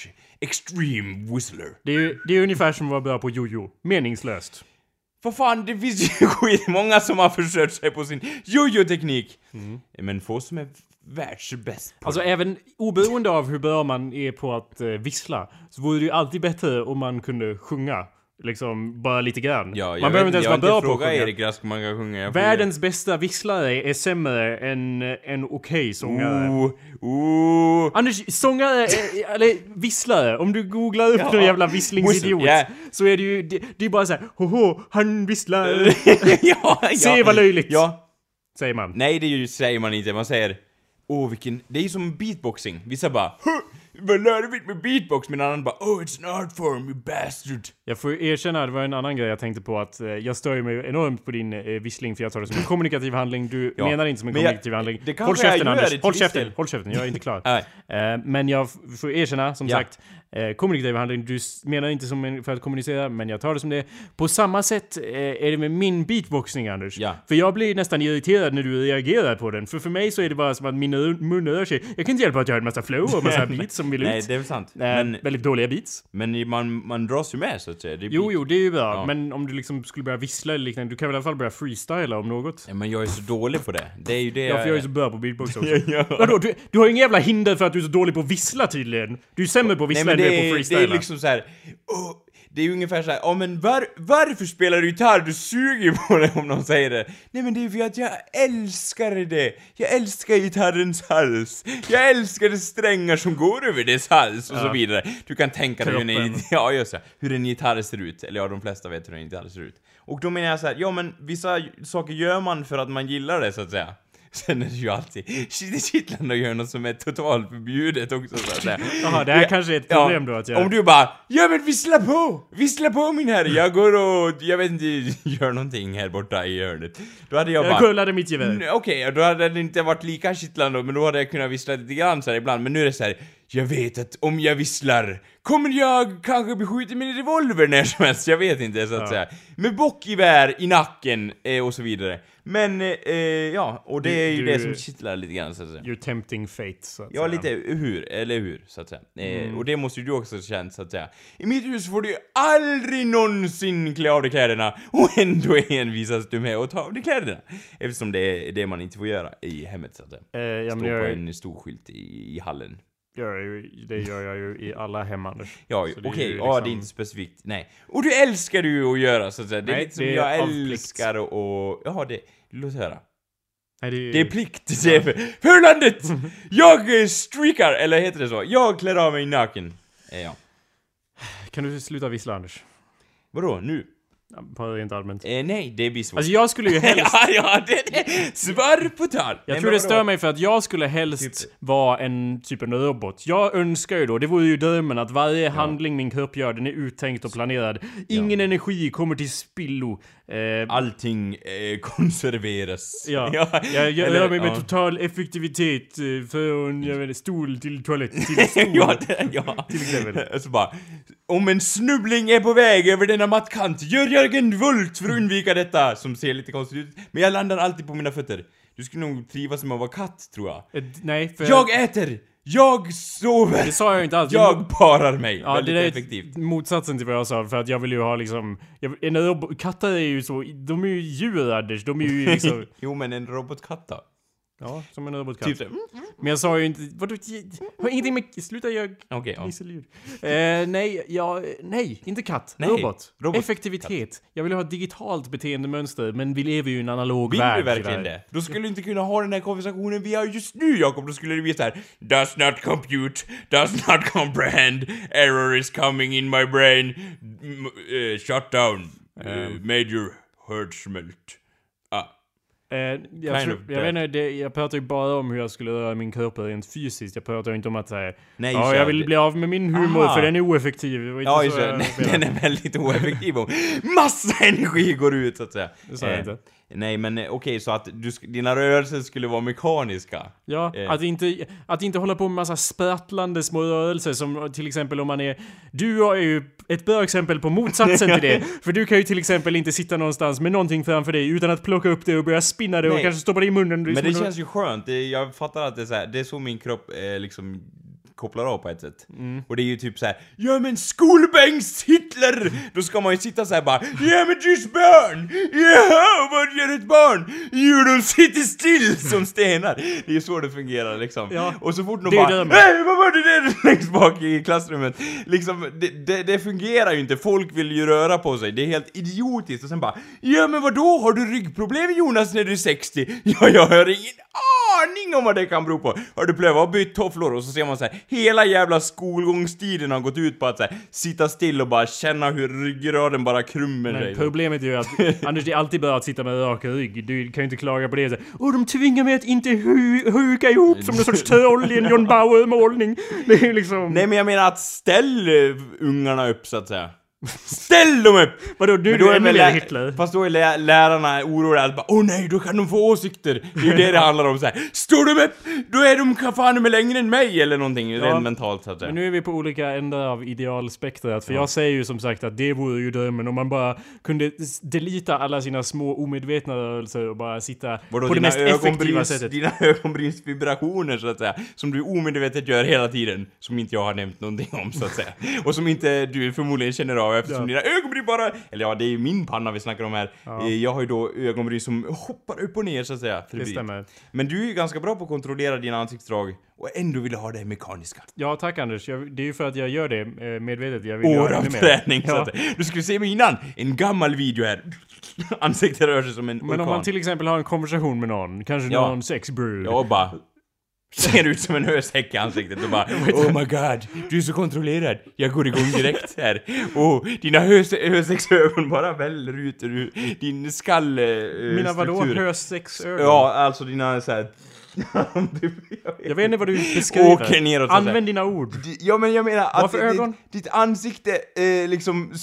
extreme whistler. Det är, det är ungefär som att vara bra på jojo. Meningslöst. För fan, det finns ju skitmånga som har försökt sig på sin jojo-teknik. Mm. Men få som är världsbäst på Alltså det. Även oberoende av hur bra man är på att uh, vissla, så vore det ju alltid bättre om man kunde sjunga. Liksom bara lite grann. Ja, man behöver inte ens vara bra på att sjunga. Erik Rask, man kan sjunga. Världens bästa visslare är sämre än en okej okay sångare. Oh, oh. Anders, sångare, är, eller visslare, om du googlar upp ja. någon jävla visslingsidiot, yeah. så är det ju, det, det är bara så här, hoho, han visslar. ja, ja. Se vad löjligt. Ja. Säger man. Nej, det är ju, säger man inte. Man säger, åh, vilken, det är ju som beatboxing. Vissa bara, vad lär du med beatbox? Men annan bara, oh, it's an art form, you bastard. Jag får erkänna, det var en annan grej jag tänkte på, att eh, jag stör mig enormt på din eh, vissling, för jag tar det som en kommunikativ handling. Du ja. menar inte som en men kommunikativ jag, handling. Håll käften, Anders. Håll käften, håll käften, jag är inte klar. eh, men jag f- får erkänna, som ja. sagt, eh, kommunikativ handling. Du menar inte som en, för att kommunicera, men jag tar det som det. På samma sätt eh, är det med min beatboxing, Anders. Ja. För jag blir nästan irriterad när du reagerar på den. För för mig så är det bara som att min mun rör sig. Jag kan inte hjälpa att jag har en massa flow och massa beats som vill ut. Nej, det är sant. Eh, men, väldigt dåliga beats. Men man, man dras ju med, så att säga. Det jo, jo, det är ju bra. Ja. Men om du liksom skulle börja vissla eller liknande, du kan väl i alla fall börja freestyla om något. Ja, men jag är så dålig på det. Det är ju det. Ja, för jag är så bra på beatbox också. ja. Vadå, du, du har ju inga jävla hinder för att du är så dålig på att vissla tydligen. Du är sämre på att vissla än du är på freestyla. Det är liksom så här. Oh, det är ju ungefär så här, ja men var, varför spelar du gitarr? Du suger på det om någon säger det. Nej men det är för att jag älskar det. Jag älskar gitarrens hals. Jag älskar de strängar som går över dess hals och ja. så vidare. Du kan tänka dig hur en, ja, just det, hur en gitarr ser ut. Eller ja, de flesta vet hur en gitarr ser ut. Och då menar jag så här, ja men vissa saker gör man för att man gillar det, så att säga. Sen är det ju alltid kittlande att göra något som är totalt förbjudet också, så att säga. Jaha, det här ja, kanske är ett problem ja, då att jag... Om du bara, ja men vissla på! Vissla på min herre! Jag går och, jag vet inte, gör någonting här borta i hörnet. Då hade jag, jag bara... Jag kullade mitt gevär. Okej, okay, då hade det inte varit lika kittlande, men då hade jag kunnat vissla lite grann så här ibland. Men nu är det så här, jag vet att om jag visslar kommer jag kanske beskjuta min revolver när som helst, jag vet inte, så att ja. säga. Med bockgevär i nacken eh, och så vidare. Men, eh, ja, och det du, är ju du, det som kittlar lite grann, så att säga. You're tempting fate, så att ja, säga. lite hur, eller hur, så att säga. Eh, mm. Och det måste ju du också känna, så att säga. I mitt hus får du aldrig någonsin klä av dig kläderna, och ändå envisas du med att ta av dig kläderna. Eftersom det är det man inte får göra i hemmet, så att säga. Eh, ja, Stå jag... på en stor skylt i, i hallen. Gör jag ju, det gör jag ju i alla hem, Anders. Ja, okej, okay. liksom... ja, det är inte specifikt, nej. Och du älskar du att göra, så att säga. Det är nej, lite som det jag älskar och... Jaha, det... Låt höra. Nej, det, är... det är plikt, det är för... För landet! Jag streakar, eller heter det så? Jag klär av mig naken. Ja. Kan du sluta vissla, Anders? Vadå, nu? På rent allmänt. Eh, nej, det blir svårt. Alltså jag skulle ju helst... ja, ja, det, det. Svar på tal. Jag nej, tror det stör vadå? mig för att jag skulle helst typ. vara en typ en robot. Jag önskar ju då, det vore ju drömmen, att varje ja. handling min kropp gör, den är uttänkt och planerad. Ingen ja. energi kommer till spillo. Eh, Allting eh, konserveras. Ja, ja. jag gör mig med ja. total effektivitet eh, från, jag vet inte, stol till toalett till stol. ja, det, ja. Till exempel. Alltså bara, om en snubbling är på väg över denna mattkant, gör jag en volt för att undvika detta, som ser lite konstigt ut. Men jag landar alltid på mina fötter. Du skulle nog trivas med att vara katt, tror jag. Eh, nej, för... Jag äter! Jag sover! Det sa jag inte alls. Jag parar mig. Ja, väldigt det är effektivt. Motsatsen till vad jag sa, för att jag vill ju ha liksom... Jag, en rob- katter är ju så... De är ju djur, Anders. De är ju liksom... jo, men en robotkatt då? Ja, som en robotkatt. Typ så. Men jag sa ju inte... Vadå? Har ingenting med... Sluta jag... Okej, okay, ja. eh, nej, ja... Nej, inte katt. Nej. Robot. Robot. Effektivitet. Katt. Jag vill ha ett digitalt beteendemönster, men vi lever ju i en analog vill värld. Vill du verkligen det? Då skulle du inte kunna ha den här konversationen vi har just nu, Jakob. Då skulle det bli så här: does not compute, does not comprehend, error is coming in my brain, M- uh, shut down, uh, um. major heart smelt. Ah. Eh, jag, tror, jag, vet inte, det, jag pratar ju bara om hur jag skulle röra min kropp rent fysiskt. Jag pratar ju inte om att säga nej, ja, jag vill det. bli av med min humor. Aha. För den är oeffektiv. Ja, så jag, den är väldigt oeffektiv. Massa energi går ut, så att säga. Det sa jag inte. Nej, men okej, okay, så att du, dina rörelser skulle vara mekaniska. Ja, eh. att, inte, att inte hålla på med massa sprattlande små rörelser, som till exempel om man är... Du är ju ett bra exempel på motsatsen till det. För du kan ju till exempel inte sitta någonstans med någonting framför dig utan att plocka upp det och börja spinna det. Nej. Och kanske stoppa det i munnen. Men det känns ju skönt. Det, jag fattar att det är så här, det är så min kropp eh, liksom kopplar av på ett sätt. Mm. Och det är ju typ så här: ja men skolbänks Hitler! Då ska man ju sitta så här bara: ja men just barn! Ja, vad gör ett barn? Jo, de sitter still som stenar. Det är ju så det fungerar liksom. Ja. Och så fort de Det bara: är nej, vad var det där längst bak i klassrummet? Liksom, det, det, det fungerar ju inte. Folk vill ju röra på sig. Det är helt idiotiskt. Och sen bara: ja men vadå? Har du ryggproblem Jonas när du är sextio? Ja, jag hör ingen aning om vad det kan bero på. Har du prövat att byta tofflor? Och så ser man så här: hela jävla skolgångstiden har gått ut på att så här, sitta still och bara känna hur ryggraden bara krymmer sig. Men problemet är ju att Anders, det är alltid bra att sitta med rak rygg. Du kan ju inte klaga på det. Så, och de tvingar mig att inte hu- huka ihop som någon sorts troll i en John Bauer-målning. Det är liksom... Nej, men jag menar att ställ ungarna upp så att säga. Ställ dem upp! Vadå, du, du är ännu mer Hitler? Fast då är lä- lärarna oroliga. Åh oh, nej, då kan de få åsikter. Det är ju det det handlar om så här. Står de upp, då är de fan med längre än mig eller någonting, ja, rent mentalt så att säga. Men nu är vi på olika ändar av idealspektrat. För ja. jag säger ju som sagt att det vore ju drömmen om man bara kunde delita alla sina små omedvetna rörelser och bara sitta Vadå, på det mest effektiva sättet. Dina ögonbrynsvibrationer så att säga, som du omedvetet gör hela tiden, som inte jag har nämnt någonting om så att säga. Och som inte du förmodligen känner av eftersom ja. dina ögonbryn bara... Eller ja, det är ju min panna vi snackar om här. Ja. Jag har ju då ögonbryn som hoppar upp och ner så att säga. Det stämmer. Men du är ju ganska bra på att kontrollera dina ansiktsdrag och ändå vill ha det mekaniska. Ja, tack Anders. Jag, det är ju för att jag gör det medvetet. Jag vill år av träning. Så att, du skulle se mig innan. En gammal video här. Ansiktet rör sig som en Men orkan. om man till exempel har en konversation med någon, kanske ja. någon sexbrud. Ja, bara... ser ut som en hösäck i ansiktet och bara: oh my god, du är så kontrollerad. Jag går igång direkt här. Och dina hösäcksögon bara väller ut ur din skall äh, Mina vadå hösäcksögon? Ja, alltså dina så här. Jag vet inte vad du beskriver. Åker neråt, använd dina ord. Ja, men jag menar att ögon? Ditt, ditt ansikte eh, liksom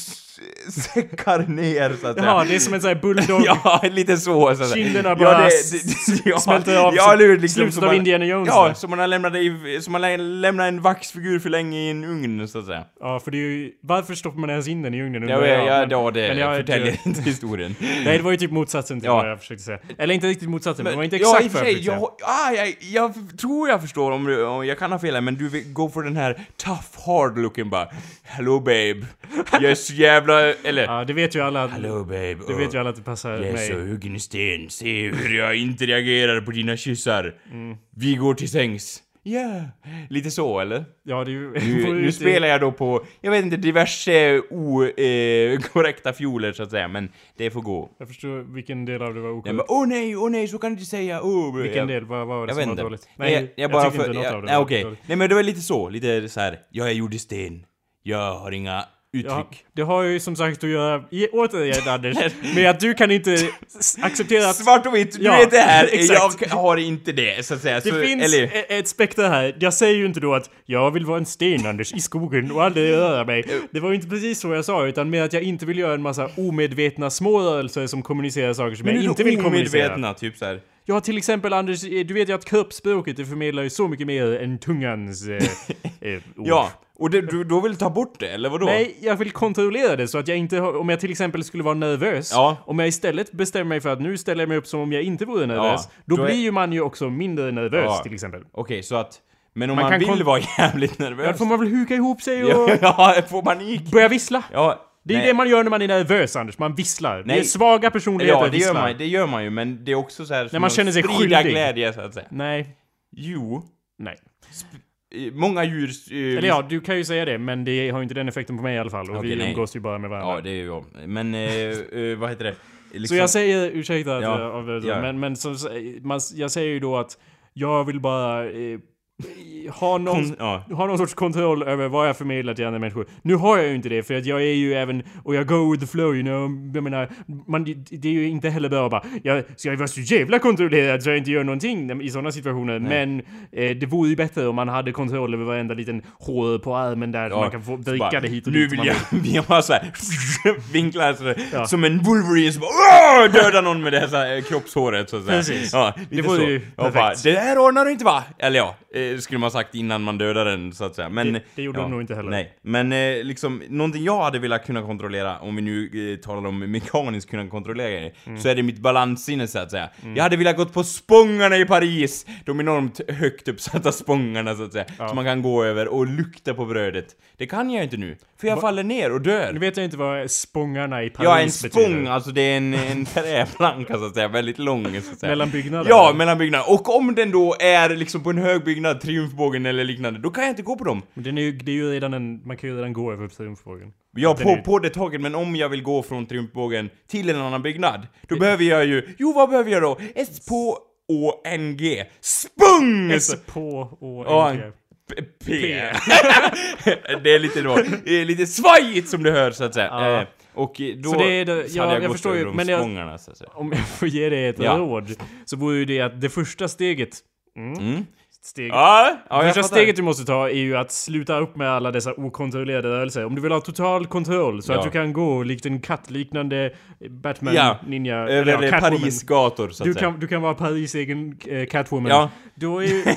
säckar ner så att säga. Ja, det är som en sån här bulldog. Ja, lite så så att säga. Kinderna bara ja, det, det, det, ja, smälter av. Ja, det är liksom slutet av Indiana Jones. Ja, som man har lämnat i, som man har lämnat en vaxfigur för länge i en ugn så att säga. Ja, för det är ju, varför stoppar man ens in den i ugnen? Ja, ja, ja, men, ja det men jag, förtäljer jag, inte historien. Nej, det var ju typ motsatsen till ja. vad jag försökte säga. Eller inte riktigt motsatsen, men det var inte exakt ja, för sig, jag, ah, jag, jag tror jag förstår om, du, om jag kan ha fel, men du vill gå för den här tough hard looken bara. Hello babe. Jag är så jävla, eller ja, det vet ju alla att, hello babe. Det vet ju alla att det passar jag är mig. så huggen i sten. Se hur jag inte reagerar på dina kyssar. Mm. Vi går till sängs. Ja, yeah. Lite så, eller? Ja, det är ju... Nu, nu spelar jag då på, jag vet inte, diverse okorrekta eh, fioler så att säga, men det får gå. Jag förstår vilken del av det var okorrekt. Åh oh, nej, åh oh, nej, så kan du inte säga. Oh, vilken jag, del? Vad var det som var inte. dåligt? Nej, jag, jag, jag bara tycker för, inte något jag, av det nej, var okej. dåligt. Nej, men det var lite så, lite så här. Jag är gjord i sten. Jag har inga uttryck. Ja, det har ju som sagt att göra, återigen Anders, med att du kan inte acceptera att... Svart och vitt, du ja, vet det här, exakt. jag har inte det, så att säga. Det så, finns eller... ett spektra här. Jag säger ju inte då att jag vill vara en sten, Anders, i skogen och aldrig röra mig. Det var ju inte precis så jag sa, utan med att jag inte vill göra en massa omedvetna små rörelser som kommunicerar saker som men jag inte vill kommunicera. Omedvetna, typ så här. Ja, till exempel Anders, du vet ju att kroppsspråket det förmedlar ju så mycket mer än tungans eh, eh, ord. Ja, och det, du då vill ta bort det, eller vadå? Nej, jag vill kontrollera det så att jag inte har, om jag till exempel skulle vara nervös, ja. om jag istället bestämmer mig för att nu ställer jag mig upp som om jag inte vore nervös, ja, då, då blir är... ju man ju också mindre nervös ja. till exempel. Okej, okay, så att men om man, man vill kon... vara jävligt nervös, ja, då får man väl huka ihop sig och ja, får panik. Börja vissla. Ja. Det är nej. det man gör när man är nervös, Anders. Man visslar. Nej. Det är svaga personligheter. Ja, det gör, man, det gör man ju, men det är också så här när man känner sig skyldig. Glädje, så att säga. Nej. Jo. Nej. Sp- många djur... Uh, Eller ja, du kan ju säga det, men det har ju inte den effekten på mig i alla fall. Och okay, vi nej. umgås ju bara med varandra. Ja, det är ju jag. Men, uh, uh, vad heter det? Liksom... Så jag säger, ursäkta att ja. jag, ja. men, men så, man, jag säger ju då att jag vill bara... Eh, ha någon, Kon- ja. ha någon sorts kontroll över vad jag förmedlar till andra människor. Nu har jag ju inte det, för att jag är ju även, och jag go with the flow, you know. Jag menar, man, det är ju inte heller bra bara, jag ska vara så jävla kontrollerad så jag inte gör någonting i sådana situationer. Nej. Men eh, det vore ju bättre om man hade kontroll över varenda liten hår på armen där, ja, man kan få vricka det hit och nu dit. Nu vill jag, vill jag så här vinkla så ja. som en Wolverine som bara döda någon med det här, så här kroppshåret så att säga. Precis. Ja, det vore ju perfekt. Bara, det här ordnar du inte, va? Eller ja. eh, skulle man sagt innan man dödar den, så att säga. Men, det, det gjorde ja, de nog inte heller. Nej, men eh, liksom, någonting jag hade velat kunna kontrollera, om vi nu eh, talar om mekaniskt kunna kontrollera det, mm. så är det mitt balanssinne, så att säga. Mm. Jag hade velat gått på spångarna i Paris, de enormt högt uppsatta spångarna, så att säga, ja. som man kan gå över och lukta på brödet. Det kan jag inte nu, för jag Va? faller ner och dör. Nu vet jag inte vad spångarna i Paris ja, en spång, betyder. alltså det är en, en träplanka, så att säga, väldigt lång, så att säga. Mellan byggnader? Ja, mellan byggnader. Och om den då är liksom på en hög byggnad, triumfbågen eller liknande, då kan jag inte gå på dem. Men den är ju, det är ju redan en, man kan ju redan gå över triumfbågen. Ja, på, ju... på det taget, men om jag vill gå från triumfbågen till en annan byggnad, då det... behöver jag ju, jo vad behöver jag då? S P O N G. Spung! S P O N G. P. Det är lite då, lite svajigt som du hör, så att säga. Ja. Eh, och då så det är det, ja, hade jag, jag gått förstår ju, över de men jag, spångarna, så att säga. Om jag får ge dig ett ja. råd, så vore ju det att det första steget mm, mm. Steget. Ja, ja, första steget du måste ta är ju att sluta upp med alla dessa okontrollerade rörelser. Om du vill ha total kontroll så ja. att du kan gå likt en kattliknande Batman ja. ninja över ja, Paris gator, så att du säga. kan du kan vara Paris egen äh, Catwoman. Ja. Då är ju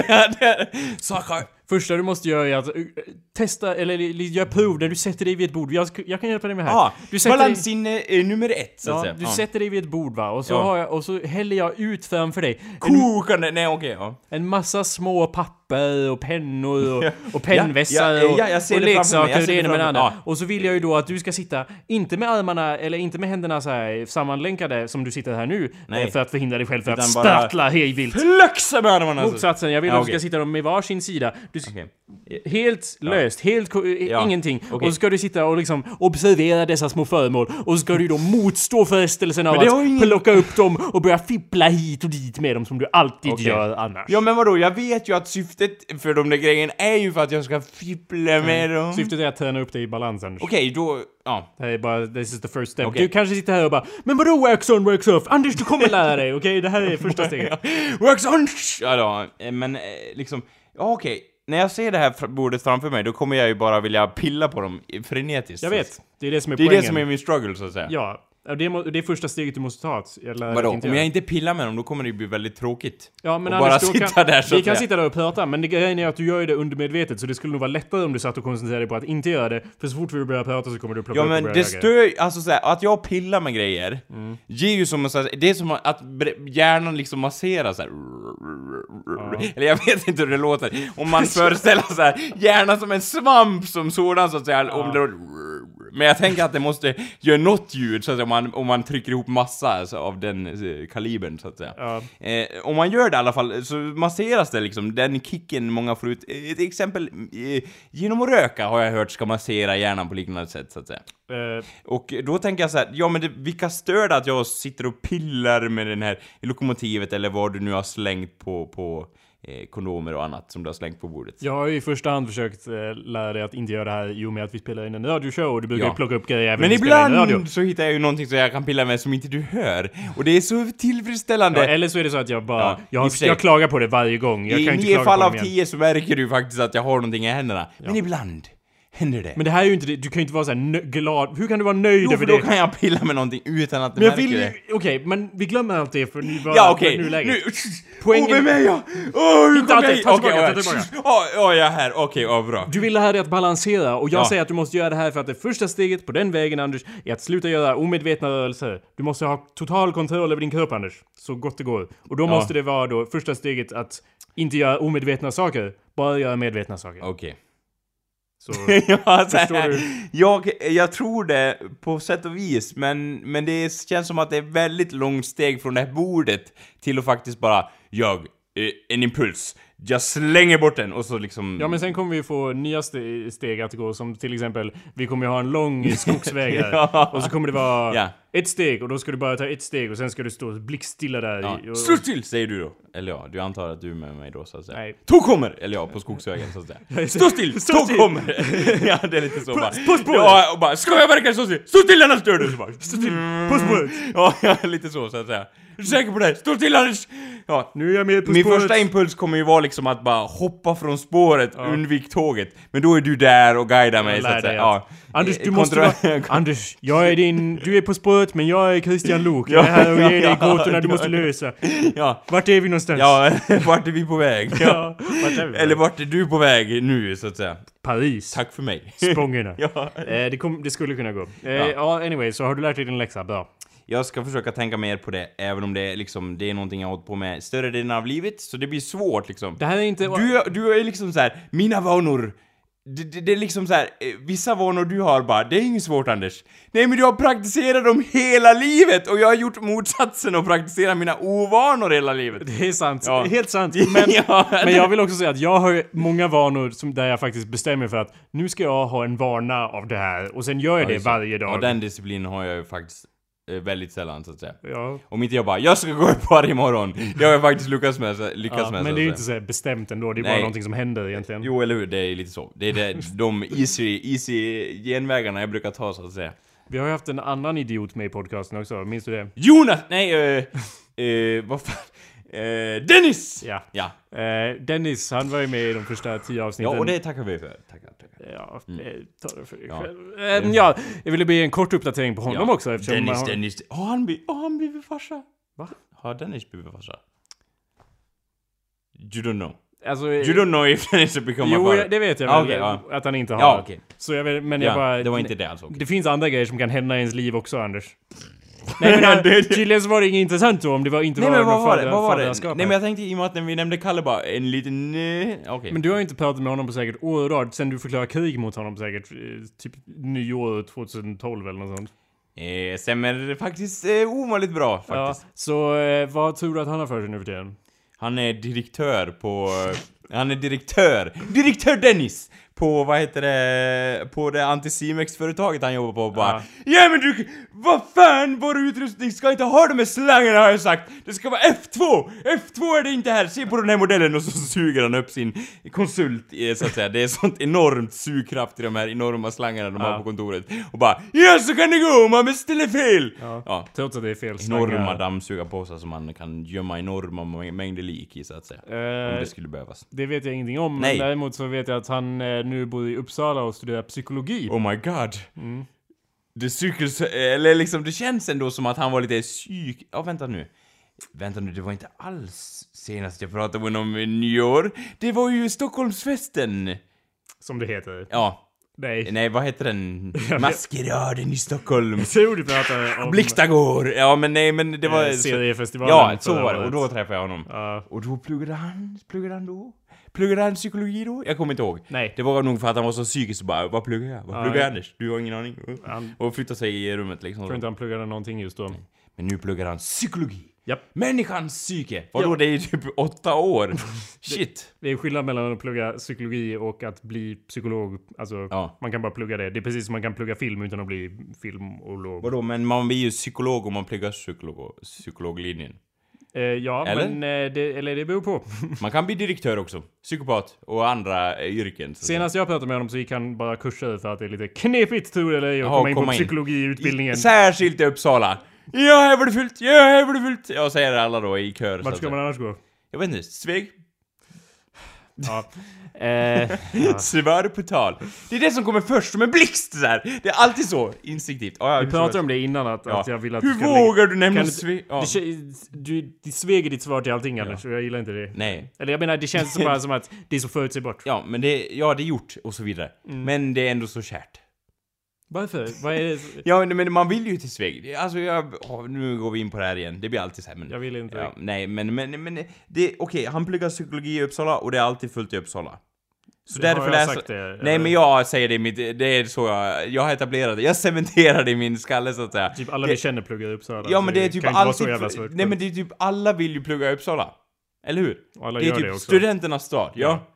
saker. Första du måste göra är att uh, testa eller göra prov när du sätter dig vid ett bord. Jag, jag kan hjälpa dig med det här. Ah, du balansinne eh, nummer ett, så att ja, säga. Du ah. sätter dig vid ett bord, va? Och så, ja. har jag, och så häller jag ut framför dig kokande, nej okej, okay, ja. En massa små papper och pennor och, och pennvässar ja, ja, ja, jag ser och, och leksaker och det ena med det andra. Ja. Och så vill jag ju då att du ska sitta, inte med armarna eller inte med händerna så här sammanlänkade som du sitter här nu, nej. för att förhindra dig själv för att startla hej vilt. Flexa med armarna! Motsatsen, jag vill ja, att okay. du ska sitta dem med varsin sida. Du okay. Helt ja. löst, helt ja. ingenting. Okay. Och så ska du sitta och liksom observera dessa små föremål. Och så ska du då motstå frestelsen av att ingen... plocka upp dem och börja fippla hit och dit med dem som du alltid okay. gör annars. Ja, men vadå? Jag vet ju att syftet för de där grejerna är ju för att jag ska fippla med mm. dem. Syftet är att träna upp dig i balansen. Okej, okay, då... Ja. Det är bara, this is the first step. Okay. Du kanske sitter här och bara, men vadå works on, works off? Anders, du kommer lära dig, okej? Okay? Det här är första steget. Works on! Ja då, men liksom... Ja, okej. Okay. När jag ser det här bordet framför mig, då kommer jag ju bara vilja pilla på dem frenetiskt. Jag vet. Det är det som är det är poängen. Det som är min struggle, så att säga. Ja. Det är, det är första steget du måste ta. Vadå? Om jag inte pillar med dem, då kommer det bli väldigt tråkigt. Ja, men och Anders, bara sitta kan, där, så vi kan jag. sitta där och prata, men det grejen är att du gör det undermedvetet, så det skulle nog vara lättare om du satt och koncentrerade dig på att inte göra det. För så fort vi börjar prata så kommer du plocka ja, upp men och det stör, alltså såhär, att jag pillar med grejer mm. ger ju som att, det är som att hjärnan liksom masserar såhär. Ja. Eller jag vet inte hur det låter. Om man föreställer så här, hjärnan som en svamp som sådan, så att säga. Ja. Om det, men jag tänker att det måste göra något ljud, så att om man, om man trycker ihop massa alltså, av den eh, kalibern, så att säga. Ja. Eh, om man gör det i alla fall, så masseras det liksom. Den kicken många får ut. Ett exempel, eh, genom att röka har jag hört ska massera hjärnan på liknande sätt, så att säga. Uh. Och då tänker jag så här, ja men det, vilka stör det att jag sitter och pillar med den här lokomotivet eller vad du nu har slängt på, på eh, kondomer och annat som du har slängt på bordet. Jag har ju i första hand försökt eh, lära dig att inte göra det här i och med att vi spelar in en radioshow och du brukar ja. ju plocka upp grejer. Men ibland så hittar jag ju någonting som jag kan pilla med som inte du hör. Och det är så tillfredsställande. Ja, eller så är det så att jag bara, ja, jag, har, jag klagar på det varje gång. Jag I kan inte nio fall av tio igen. Så märker du faktiskt att jag har någonting i händerna. Ja. Men ibland händer det. Men det här är ju inte det. Du kan ju inte vara så här nö- glad. Hur kan du vara nöjd jo, över för det? då kan jag pilla med någonting utan att men märker vill, det. Okej, okay, men vi glömmer allt det för nu bara ja, okej. Okay. Nu, poängen... Åh, vem är jag? Åh, hur kommer jag? Ta tillbaka, ta tillbaka. Åh, åh, jag är här. Okej, okay, bra. Du vill lära dig att balansera och jag ja. säger att du måste göra det här för att det första steget på den vägen, Anders, är att sluta göra omedvetna rörelser. Du måste ha total kontroll över din kropp, Anders. Så gott det går. Och då ja. måste det vara då första steget att inte göra omedvetna saker, bara göra medvetna saker. Okej. Okay. Så, ja, så här, jag, jag tror det på sätt och vis, men, men det känns som att det är väldigt långt steg från det här bordet till att faktiskt bara, jag, eh, en impuls, jag slänger bort den och så liksom... Ja, men sen kommer vi få nya ste- steg att gå, som till exempel, vi kommer ju ha en lång skogsväg här, ja. och så kommer det vara ja. ett steg, och då ska du bara ta ett steg och sen ska du stå blickstilla där. Ja. I, och... Stå still, säger du då. Eller ja, du antar att du är med mig då, så att säga. Nej. Tåg kommer! Eller ja, på skogsvägen, så att säga. Stå still! Tåg kommer! Ja, det är lite så bara. Puss på ja, och bara, ska jag verkligen stå still? Stå still, annars dör du! Så bara, stå still! Puss på ja, ja, lite så, så att säga. Är du säker på det? Stå still, annars! Ja, nu är jag med på min spåret. första impuls kommer ju vara liksom att bara hoppa från spåret, ja. undvik tåget. Men då är du där och guidar mig så att säga. Ja. Anders, du måste vara... Anders, jag är din... Du är på spåret, men jag är Christian Lok. Jag är här och ger dig gåtorna du måste lösa. Ja. Vart är vi någonstans? Ja, vart är vi på väg? Ja. Vart är vi? Eller vart är du på väg nu, så att säga? Paris. Tack för mig. Spångerna. Ja. Eh, det, kom, det skulle kunna gå. Eh, ja. ja, anyway, så har du lärt dig din läxa. Bra. Jag ska försöka tänka mer på det, även om det är, liksom, det är någonting jag har hållit på med större delen av livet, så det blir svårt liksom. Det här är inte... Du, du är liksom så här, mina vanor, det, det, det är liksom så här, vissa vanor du har bara, det är inget svårt Anders. Nej men du har praktiserat dem hela livet, och jag har gjort motsatsen och praktiserat mina ovanor hela livet. Det är sant, ja. Det är helt sant. Men, ja. men jag vill också säga att jag har många vanor som, där jag faktiskt bestämmer för att nu ska jag ha en vana av det här, och sen gör jag ja, det varje dag. Och den disciplinen har jag ju faktiskt väldigt sällan så att säga. Ja. Om inte jag bara, jag ska gå upp varje morgon. Det har jag faktiskt lyckats med, lyckats ja, med. Men det är ju inte så bestämt ändå, det är Nej. bara någonting som händer egentligen. Jo, eller hur, det är lite så. Det är det, de easy, easy genvägarna jag brukar ta så att säga. Vi har ju haft en annan idiot med i podcasten också, minns du det? Jonas! Nej, eh, uh, uh, vad fan? Uh, Dennis! Ja. ja. Uh, Dennis, han var ju med i de första tio avsnitten. Ja, och det tackar vi för. Tackar, tackar. Ja, mm. ta det för dig ja. själv. Um, ja, jag ville be en kort uppdatering på honom ja. också. Dennis, har... Dennis. Har oh, han, oh, han blivit farsa? Va? Har Dennis blivit farsa? You don't know. Alltså, you don't know if Dennis har become jo, a father. det vet jag ah, väl. Okay, ja. Att han inte har. Ja, okej. Okay. Så jag vet, men ja, jag bara... det var inte det alltså. Okay. Det finns andra grejer som kan hända i ens liv också, Anders. Nej men tydligen så var det inget intressant då om det var inte Nej, var men vad var det? Vad var det? Nej men jag tänkte i och med att när vi nämnde Kalle bara en liten... Okej. Okay. Men du har ju inte pratat med honom på säkert år och dag sen du förklarade krig mot honom på säkert typ nyår tjugohundratolv eller något sånt. Eh, stämmer faktiskt eh, ovanligt bra faktiskt. Ja, så eh, vad tror du att han har för sig nu för tiden? Han är direktör på... Han är direktör. Direktör Dennis! På, vad heter det, på det Anticimex-företaget han jobbar på bara. Ja, ja men du, vad fan, vår utrustning ska inte ha de här slangarna har jag sagt. Det ska vara F två, F två är det inte här, se på den här modellen. Och så suger han upp sin konsult så att säga. Det är sånt enormt sugkraft i de här enorma slangarna de ja. har på kontoret. Och bara, ja så kan det gå, man beställer fel. Ja, ja. Trots att det är fel slangar. Enorma dammsugarpåsar som man kan gömma enorma mängder lik i så att säga. Uh, om det skulle behövas. Det vet jag ingenting om, Nej. men däremot så vet jag att han nu bor i Uppsala och studerar psykologi. Oh my god. Mm. Det psykos... Eller liksom, det känns ändå som att han var lite psyk... Ja, vänta nu. Vänta nu, det var inte alls senast jag pratade med om nyår. Det var ju Stockholmsfesten. Som det heter. Ja. Nej. Nej, vad heter den? Maskeraden i Stockholm. Jag tror du pratade om... Blixtagård. Ja, men nej, men det var... Seriefestivalen. Ja, så var det. Och då träffade jag honom. Uh. Och då pluggade han. Pluggade han då? Pluggade han psykologi då? Jag kommer inte ihåg. Nej. Det var nog för att han var så psykisk och bara, vad pluggar jag? Vad pluggar jag, Anders? Du har ingen aning. Han... Och flyttade sig i rummet liksom. Jag tror inte han pluggade någonting just då. Nej. Men nu pluggar han psykologi. Japp. Människans psyke. Vadå, ja. Det är typ åtta år. Shit. Det, det är skillnad mellan att plugga psykologi och att bli psykolog. Alltså, ja. man kan bara plugga det. Det är precis som man kan plugga film utan att bli filmolog. Vadå, men man blir ju psykolog om man pluggar psykolog, psykologlinjen. Eh, ja, eller? men eh, det, eller det beror på. Man kan bli direktör också. Psykopat och andra eh, yrken. Senast jag pratade med honom så gick han bara kurser för att det är lite knepigt, tror jag, eller att komma in på psykologiutbildningen. I, särskilt i Uppsala. Ja, här var det fullt. Ja, här var det fullt. Jag säger alla då i kör. Vart ska man annars gå? Jag vet inte. Sveg. Ja. eh, ja. Svär på tal. Det är det som kommer först som en blixt så här. Det är alltid så instinktivt. Oh, ja, vi pratade om det innan att, ja. att jag vill att Hur du ska vågar lägga... du nämna Sveg? Ja. Du, du sveger ditt svar till allting annars, ja. Och jag gillar inte det. Nej. Eller jag menar, det känns som, bara som att det är så förutsägbart. Ja, men det, ja, det är gjort och så vidare. Mm. Men det är ändå så kärt. Varför? Vad är det? Ja, men man vill ju till Sveg. Alltså, jag, oh, nu går vi in på det här igen. Det blir alltid så här. Men, jag vill inte. Ja, nej, men, men, men det, okej, okay, han pluggar psykologi i Uppsala och det är alltid fullt i Uppsala. Så det därför har jag läser... sagt det. Nej, men jag säger det i mitt... Det är så jag... Jag har etablerat det. Jag cementerar det i min skalle, så att säga. Typ alla det, vi känner pluggar i Uppsala. Ja, men det är typ alltid... Nej, men det är typ... Alla vill ju plugga i Uppsala. Eller hur? Alla det är gör typ det också. Studenternas stad. Ja.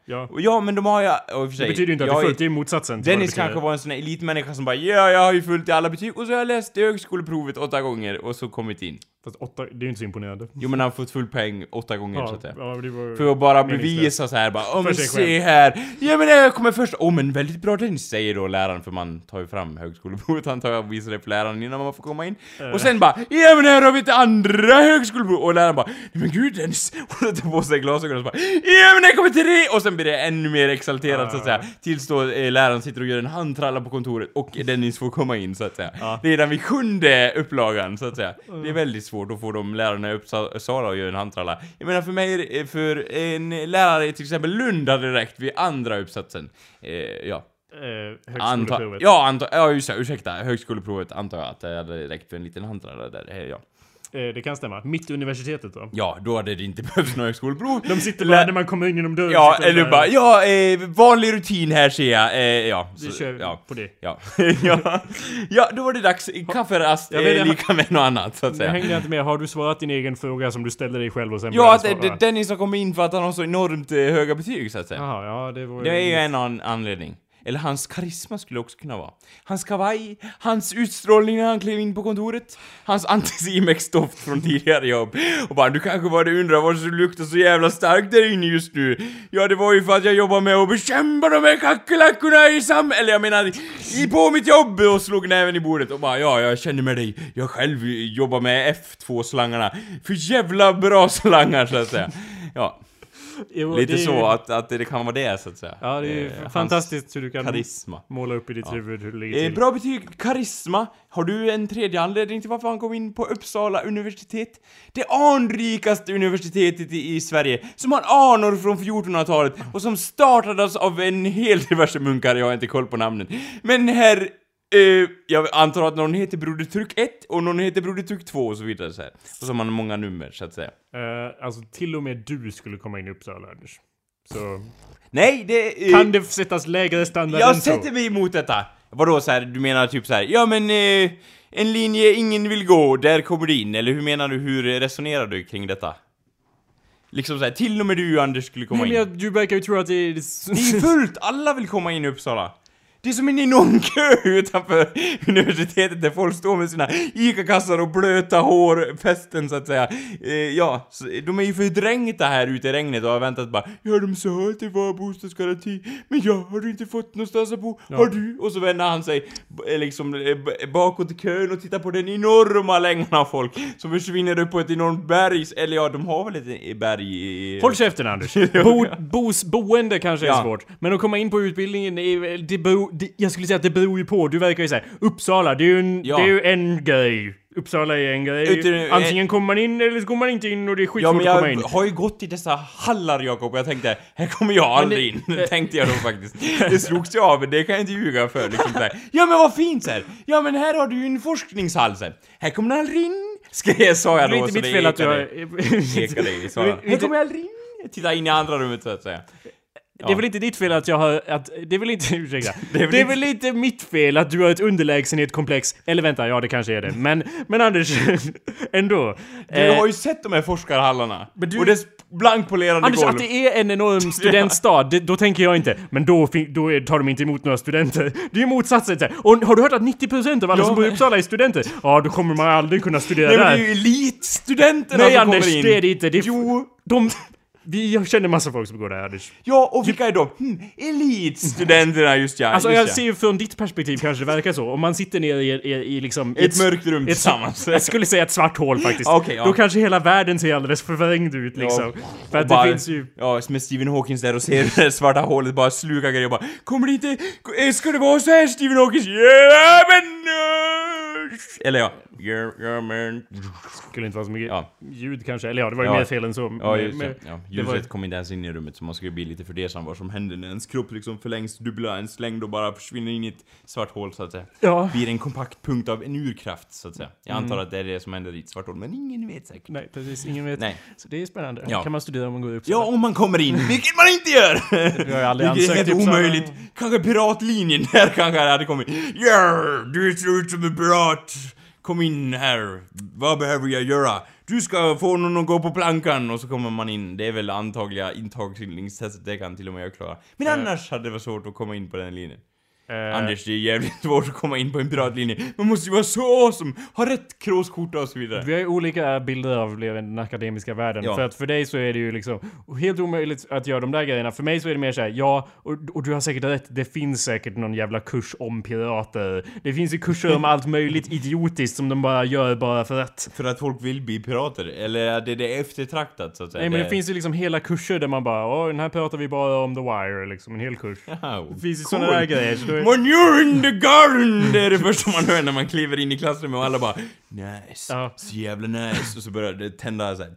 Ja. Ja, men de har ju... Och för sig, det betyder inte att det är fullt, det är motsatsen. Dennis kanske var en sån här elitmänniska som bara ja, jag har ju fullt i alla betyg och så har jag läst högskoleprovet åtta gånger och så kommit in. Fast åtta, det är ju inte så imponerande. Jo, men han har fått full poäng åtta gånger ja, så att säga. Ja, det var för att bara bevisa så här bara, åh men se här. Ja, men jag kommer först. Åh, men väldigt bra den säger då läraren, för man tar ju fram högskoleprovet, han tar och visar det för läraren innan man får komma in. Uh. Och sen bara, ja men här har vi ett andra högskoleprov. Och läraren bara, men gud Dennis. Och så tar på sig glasögonen och så bara, ja men här kommer tre. Och sen blir det ännu mer exalterat uh. så att säga. Tills då eh, läraren sitter och gör en handtralla på kontoret och Dennis får komma in så att säga. Uh. Redan vid sjunde upplagan så att säga. Uh. Det är väldigt svårt att få de lärarna i Uppsala och göra en handtralla. Jag menar för mig, för en lärare i till exempel Lund hade räckt vid andra uppsatsen. Eh, ja. Eh, högskoleprovet. Anta, ja, anta, ja, just, ursäkta, högskoleprovet antar jag att det hade räckt för en liten handtralla där. Eh, ja. Det kan stämma. Mitt universitetet då? Ja, då hade det inte behövts några högskoleprov. De sitter bara när man kommer in genom dörren. Ja, eller bara, ja, eh, vanlig rutin här ser jag. Eh, ja, så, vi kör ja, på det. Ja. ja. ja, då var det dags. Kafferast är eh, lika med något annat, så att säga. Jag hängde inte med. Har du svarat din egen fråga som du ställde dig själv och sen ja, det, det, Dennis har kommit in för att han har så enormt eh, höga betyg, så att säga. Aha, ja, det var det är ju en annan anledning. Eller hans karisma skulle också kunna vara. Hans kavaj, hans utstrålning när han klev in på kontoret, hans antisimex-doft från tidigare jobb. Och bara, du kanske bara undrar varför det luktar så jävla starkt där inne just nu. Ja, det var ju för att jag jobbar med att bekämpa de här kackerlackorna i sam... Eller jag menar, i på mitt jobb, och slog näven i bordet och bara, ja, jag känner med dig. Jag själv jobbar med F två-slangarna. För jävla bra slangar, så att säga. Ja. Jo, lite så ju... att, att det kan vara det, så att säga. Ja, det är eh, fantastiskt hur du kan karisma. måla upp i ditt ja. huvud hur det ligger till. Eh, bra betyg, karisma. Har du en tredje anledning till varför han kom in på Uppsala universitet? Det anrikaste universitetet i, i Sverige, som har anor från fjortonhundratalet och som startades av en hel diverse munkar, jag har inte koll på namnen. Men här... Uh, jag antar att någon heter Broder Turk ett och någon heter Broder Turk två och så vidare så här. Och så har man många nummer, så att säga. Uh, alltså till och med du skulle komma in i Uppsala, Anders. Så... Nej, det... Uh, kan det sättas lägre standard jag än sätter så? mig emot detta. Vadå så här, du menar typ så här, ja men uh, en linje ingen vill gå, där kommer du in. Eller hur menar du, hur resonerar du kring detta? Liksom så här, till och med du, Anders, skulle komma Nej, in. Men jag, du verkar ju tro att det är... Det är fullt, alla vill komma in i Uppsala. Det är som en enorm kö utanför universitetet där folk står med sina Ica-kassar och blöta hår, festen så att säga. Eh, ja, så, de är ju fördrängta här ute i regnet och har väntat bara, ja de sa att det var bostadsgaranti, men jag har inte fått någonstans att bo, ja. Har du? Och så vänder han sig liksom bakåt i kön och tittar på den enorma längden av folk som försvinner upp på ett enormt berg, eller ja, de har väl ett berg i... Håll käften, Anders. Bo, bos, boende kanske är ja. svårt, men att komma in på utbildningen är, det beror Det, jag skulle säga att det beror ju på. Du verkar ju säga Uppsala, det är ju en, ja. det är ju en grej. Uppsala är en grej. Utan, Antingen kommer man in eller så kommer man inte in och det är skitsvårt ja, att komma in. Jag har ju gått i dessa hallar, Jakob, och jag tänkte, här kommer jag aldrig in. Det tänkte jag då faktiskt. Det slogs ju av, men det kan jag inte ljuga för. Liksom så här. Ja, men vad fint så här. Ja, men här har du ju en forskningshall så här. Här kommer den aldrig in. Ska jag sa jag då. Det är inte mitt fel att jag... Ekade i svara. Här kommer jag aldrig in. Titta in i andra rummet så att säga. Ja. Det är väl inte ditt fel att jag har... Att, det är väl inte... Ursäkta. Det är väl, det är väl inte... inte mitt fel att du har ett underlägsenhetskomplex. Eller vänta, ja det kanske är det. Men, men Anders, ändå. Du eh, har ju sett de här forskarhallarna. Du, och dess blankpolerade Anders, golv. Att det är en enorm studentstad, det, då tänker jag inte. Men då, då tar de inte emot några studenter. Det är motsatsen. Och har du hört att nittio procent av alla ja, som bor i Uppsala är studenter? Ja, då kommer man aldrig kunna studera nej, där. Nej, men det är ju elitstudenterna nej, som Anders, kommer in. Nej, Anders, det är det inte. Det är, jo. De... Vi, jag känner massa folk som går där, Anders. Ja, och vilka är de? Hmm, elitstudenterna, just ja. Alltså just jag ja. ser ju från ditt perspektiv kanske det verkar så. Om man sitter ner i, i, i liksom... Ett, ett mörkt rum tillsammans. Jag skulle säga ett svart hål faktiskt. Okay, ja. Då kanske hela världen ser alldeles förvrängd ut liksom. Ja. För att bara, det finns ju... Ja, med Stephen Hawking där och ser det svarta hålet bara sluka grejer och bara, kommer det inte... Ska det vara så här, Stephen Hawking? Ja, men... Eller ja. Yeah, yeah, man. Skulle inte vara så mycket ja. ljud kanske. Eller ja, det var ju ja. mer fel än så. Ja, just med, ja. Ljuset var... kom inte ens in i rummet, så man skulle bli lite fundersam vad som händer när ens kropp liksom förlängs dubbla en slängd och bara försvinner in i ett svart hål så att säga. Ja. Blir en kompakt punkt av en urkraft så att säga. Jag antar mm. att det är det som händer i ett svart hål, men ingen vet säkert. Nej, precis. Ingen vet. Nej. Så det är spännande. Ja. Kan man studera om man går upp så ja, om man kommer in, vilket man inte gör! Det har jag aldrig vilket är helt ansökt omöjligt. Kanske piratlinjen där kanske hade kommit. Ja, du ser ut som en pirat. kom in här, vad behöver jag göra? Du ska få någon att gå på plankan, och så kommer man in. Det är väl antagliga intagningstestet, det kan till och med jag klara. Men uh. annars hade det varit svårt att komma in på den linjen. Uh. Anders, det är jävligt svårt att komma in på en piratlinje. Man måste ju vara så awesome, ha rätt kråskorta och så vidare. Vi har ju olika bilder av den akademiska världen. Ja. För att för dig så är det ju liksom helt omöjligt att göra de där grejerna. För mig så är det mer så här, ja, och, och du har säkert rätt, det finns säkert någon jävla kurs om pirater. Det finns ju kurser om allt möjligt idiotiskt som de bara gör bara för att... För att folk vill bli pirater, eller är det, det är eftertraktat så att säga? Nej, men det, det finns ju liksom hela kurser där man bara, åh, den här pratar vi bara om The Wire, liksom en hel kurs. Ja, det finns ju cool. sådana där grejer. Så är... When you're in the garden! Det är det första man hör när man kliver in i klassrummet och alla bara, nice, ja. Så jävla nice. Och så börjar det tända så här.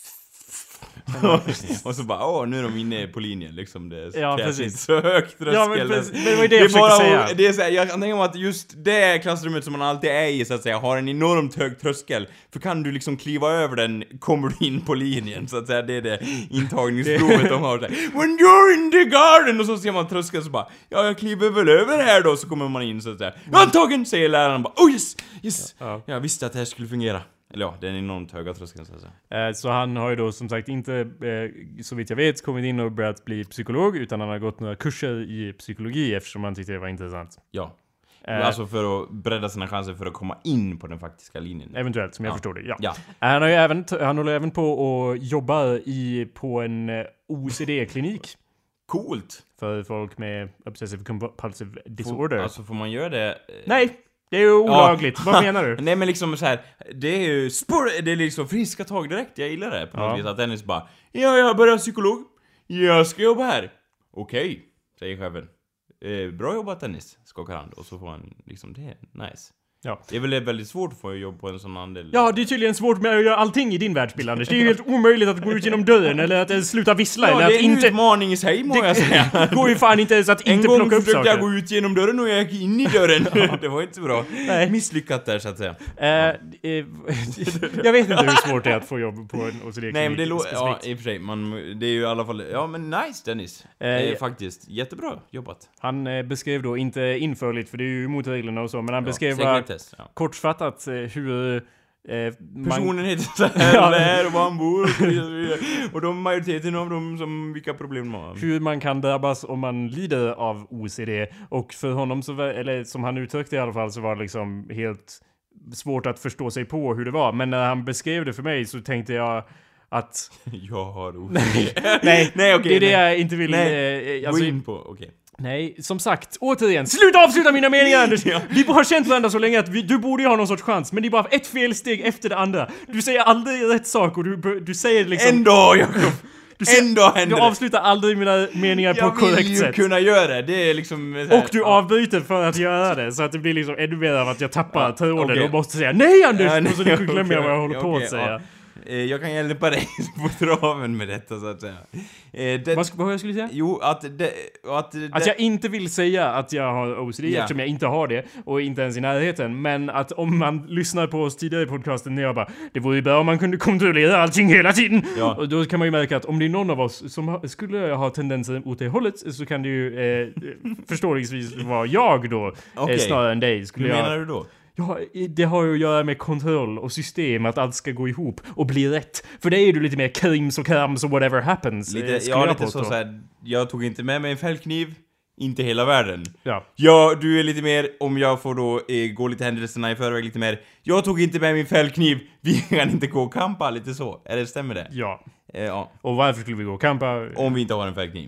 Och så bara, åh, nu är de inne på linjen liksom. Det är ja, precis. Så högt tröskel. Ja, men, precis. Men det var ju det jag försökte säga. Det är så här, jag kan tänka mig att just det klassrummet som man alltid är i så att säga har en enormt hög tröskel. För kan du liksom kliva över den, kommer du in på linjen så att säga. Det är det intagningsprovet de har så här. When you're in the garden! Och så ser man tröskeln så bara, ja, jag kliver väl över här då. Så kommer man in så att säga. Antagen, säger läraren bara, oh yes, yes. Ja. Jag visste att det här skulle fungera. Eller ja, det är en enormt höga tröskeln så att säga. Eh, så han har ju då som sagt inte, eh, så vitt jag vet, kommit in och börjat bli psykolog, utan han har gått några kurser i psykologi eftersom han tyckte det var intressant. Ja. Eh, alltså för att bredda sina chanser för att komma in på den faktiska linjen. Eventuellt, som jag ja. förstår det, ja. ja. Han, har ju även, han håller även på och jobbar i, på en O C D-klinik. Coolt! För folk med obsessive compulsive disorder. Får, alltså får man göra det... Nej! Det är ju olagligt. Ja. Vad menar du? Nej, men liksom så här, det är ju spår, det är liksom friska tag direkt. Jag gillar det på något ja. vis att Dennis bara, ja, jag börjar psykolog. Jag ska jobba här. Okej, okay, säger chefen. Eh, bra jobbat Dennis, skakar hand. Och så får han liksom, det är nice. Ja. Det är väl väldigt svårt att få jobb på en sån andel. Ja, det är tydligen svårt med att göra allting i din världsbild, Anders. Det är ju helt omöjligt att gå ut genom dörren eller att sluta vissla. Ja, eller det att är en inte... utmaning i sig, må jag säga. Det går ju fan inte ens att inte plocka upp saker. En gång försökte jag gå ut genom dörren och jag gick in i dörren. Ja. Det var inte så bra. Nej. Misslyckat där, så att säga. Uh, ja. eh, jag vet inte hur svårt det är att få jobb på en O C D-klinik. Nej, men det låter... Ja, i och för sig. Man, det är ju i alla fall... Ja, men nice, Dennis. Uh, det är faktiskt jättebra jobbat. Han eh, beskrev då, inte införligt, för det är ju emot reglerna och så, men han ja, beskrev bara ja. kortfattat att hur eh, personen man... heter så här, ja. Där och var han bor och så vidare. Och de majoriteten av dem som vilka problem de har. Hur man kan drabbas om man lider av O C D. Och för honom, så var, eller som han uttryckte i alla fall, så var det liksom helt svårt att förstå sig på hur det var. Men när han beskrev det för mig så tänkte jag att... jag har O C D. nej, nej okay, det är det nej. jag inte vill... Nej, eh, alltså, gå in på, okej. Okay. Nej, som sagt, återigen, sluta avsluta mina meningar, Anders! Ja. Vi har känt varandra så länge att vi, du borde ju ha någon sorts chans, men det är bara ett felsteg efter det andra. Du säger aldrig rätt sak och du, du säger liksom... Ändå, Jakob! Du, säger, Ändå händer du avslutar aldrig mina meningar på korrekt sätt. Jag vill ju kunna göra det, det är liksom... Här, och du ja. avbryter för att göra det, så att det blir liksom ännu mer av att jag tappar ja, tråden okay. och måste säga nej, Anders! Ja, nej, och så du glömmer okay, jag vad jag håller okay, på att säga. Ja. Jag kan hjälpa dig på traven med detta, så att säga. Det, vad, vad jag skulle säga? Jo, att det, att det, att jag inte vill säga att jag har O C D, yeah. eftersom jag inte har det och inte ens i närheten. Men att om man lyssnar på oss tidigare i podcasten när jag bara, det vore ju bra om man kunde kontrollera allting hela tiden. Ja. Och då kan man ju märka att om det är någon av oss som skulle ha tendenser åt det hållet, så kan det ju eh, förståeligtvis vara jag då, okay. eh, snarare än dig. Skulle Hur jag... menar du då? Ja, det har ju att göra med kontroll och system, att allt ska gå ihop och bli rätt. För det är ju du lite mer krims och krams och whatever happens. Lite, ja, jag lite så, så här, jag tog inte med mig en fällkniv, inte hela världen. Ja. Ja, du är lite mer, om jag får då eh, gå lite händelserna i förväg lite mer. Jag tog inte med min fällkniv, vi kan inte gå och kampa, lite så. Är det, stämmer det? Ja. Eh, ja. Och varför skulle vi gå och kampa? Om vi inte har en fällkniv.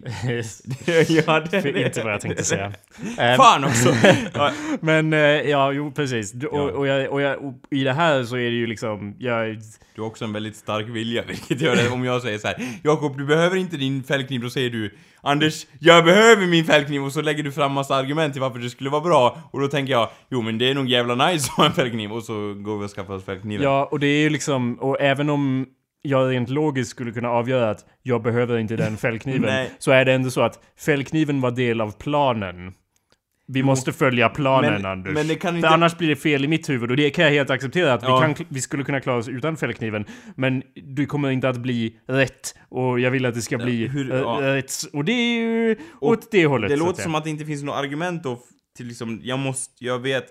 Ja, det är inte vad jag tänkte säga. Fan också! Ja. Men, eh, ja, jo, precis. Du, och, och, jag, och, jag, och i det här så är det ju liksom... Jag... Du har också en väldigt stark vilja, vilket gör det om jag säger så här: Jakob, du behöver inte din fällkniv, då säger du: Anders, jag behöver min fällkniv, och så lägger du fram massa argument till varför det skulle vara bra. Och då tänker jag, jo men det är nog jävla nice att ha en fällkniv. Och så går vi och skaffar oss fällkniven. Ja, och det är ju liksom... Och även om jag rent logiskt skulle kunna avgöra att jag behöver inte den fällkniven, så är det ändå så att fällkniven var del av planen. Vi jo. måste följa planen, men, Anders. Men det kan inte... För annars blir det fel i mitt huvud. Och det kan jag helt acceptera. Att ja. vi, kan, vi skulle kunna klara oss utan fällkniven. Men det kommer inte att bli rätt. Och jag vill att det ska bli Hur, äh, ja. rätt. Och det är ju åt det hållet. Det låter som att det inte finns något argument då. Till liksom, jag måste, jag vet...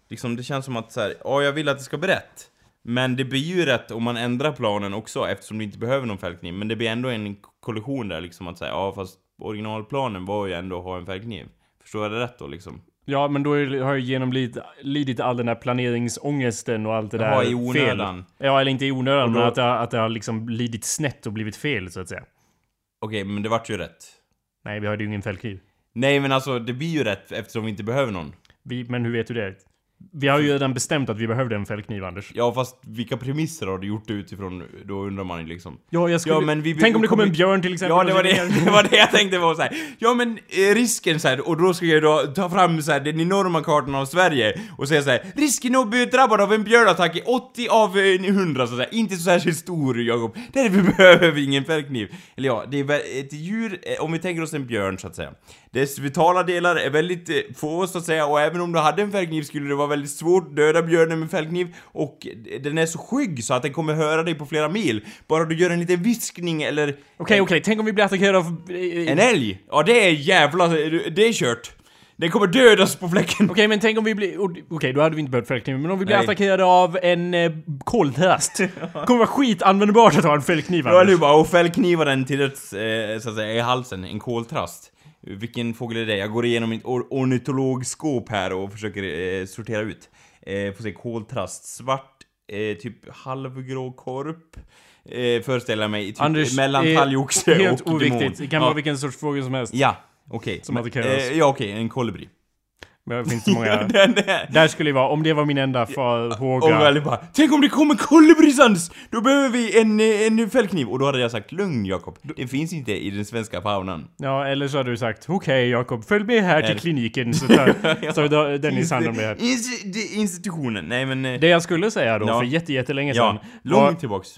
liksom, det känns som att så här, ja, jag vill att det ska bli rätt. Men det blir ju rätt om man ändrar planen också, eftersom du inte behöver någon fällkniv. Men det blir ändå en kollision där, liksom att säga, ja, fast originalplanen var ju ändå att ha en fällkniv. Förstår jag det rätt då, liksom? Ja, men då är, har jag genomlidit lidit all den här planeringsångesten och allt det Jaha, där i onödan. fel. Ja, eller inte i onödan, då... men att det, att det har liksom lidit snett och blivit fel, så att säga. Okej, men det vart ju rätt. Nej, vi har ju ingen fällkniv. Nej, men alltså, det blir ju rätt eftersom vi inte behöver någon. Vi, men hur vet du det? Vi har ju redan bestämt att vi behövde en fällkniv, Anders. Ja, fast vilka premisser har du gjort det utifrån? Då undrar man ju liksom. Ja, jag skulle... Ja, men vi, Tänk om det kommer vi, en björn till exempel. Ja, det var det, det var det jag tänkte på så här. Ja, men eh, risken så här, och då ska jag då ta fram så här den enorma kartan av Sverige och säga så här: risken att bli drabbad av en björnattack är åttio av hundra, så att säga. Inte så särskilt stor, Jakob. Därför behöver vi ingen fällkniv. Eller ja, det är ett djur, om vi tänker oss en björn, så att säga. Dess vitala delar är väldigt eh, få, så att säga, och även om du hade en fällkniv skulle det vara väldigt svårt att döda björnen med fällkniv, och den är så skygg så att den kommer höra dig på flera mil. Bara du gör en liten viskning eller... Okej, okej, okay, okay. Tänk om vi blir attackerade av... En älg? Ja, det är jävla... Det är kört. Den kommer dödas på fläcken. Okej, okay, men tänk om vi blir... Okej, okay, då hade vi inte behövt fällkniv. Men om vi blir Nej. attackerade av en eh, koltrast. Kommer vara skitanvändbart att ha en fällkniv. Ja, eller bara och fällkniva den till ett, eh, så att säga, i halsen. En koltrast. Vilken fågel är det? Jag går igenom mitt or- ornitologskåp här och försöker eh, sortera ut. Eh, får se, koltrast. Svart, eh, typ halvgrå korp. Eh, föreställer mig typ Anders, mellan talgoxe och helt demon. oviktigt. Det kan ja. vara vilken sorts fågel som helst. Ja, okej. Okay. Eh, ja, okej, okay, en kolibri. Men det finns så många... Där skulle det vara, om det var min enda farhåga. Och bara, tänk om det kommer kolibrisans! Då behöver vi en, en fällkniv. Och då hade jag sagt, lugn Jakob, det finns inte i den svenska faunan. Ja, eller så hade du sagt, okej okay, Jakob, följ med här till kliniken. Så tar, ja, så tar Dennis hand om det här. Institutionen, nej men... Det jag skulle säga då, ja. för jätte, jättelänge sedan. Ja, långt tillbaks.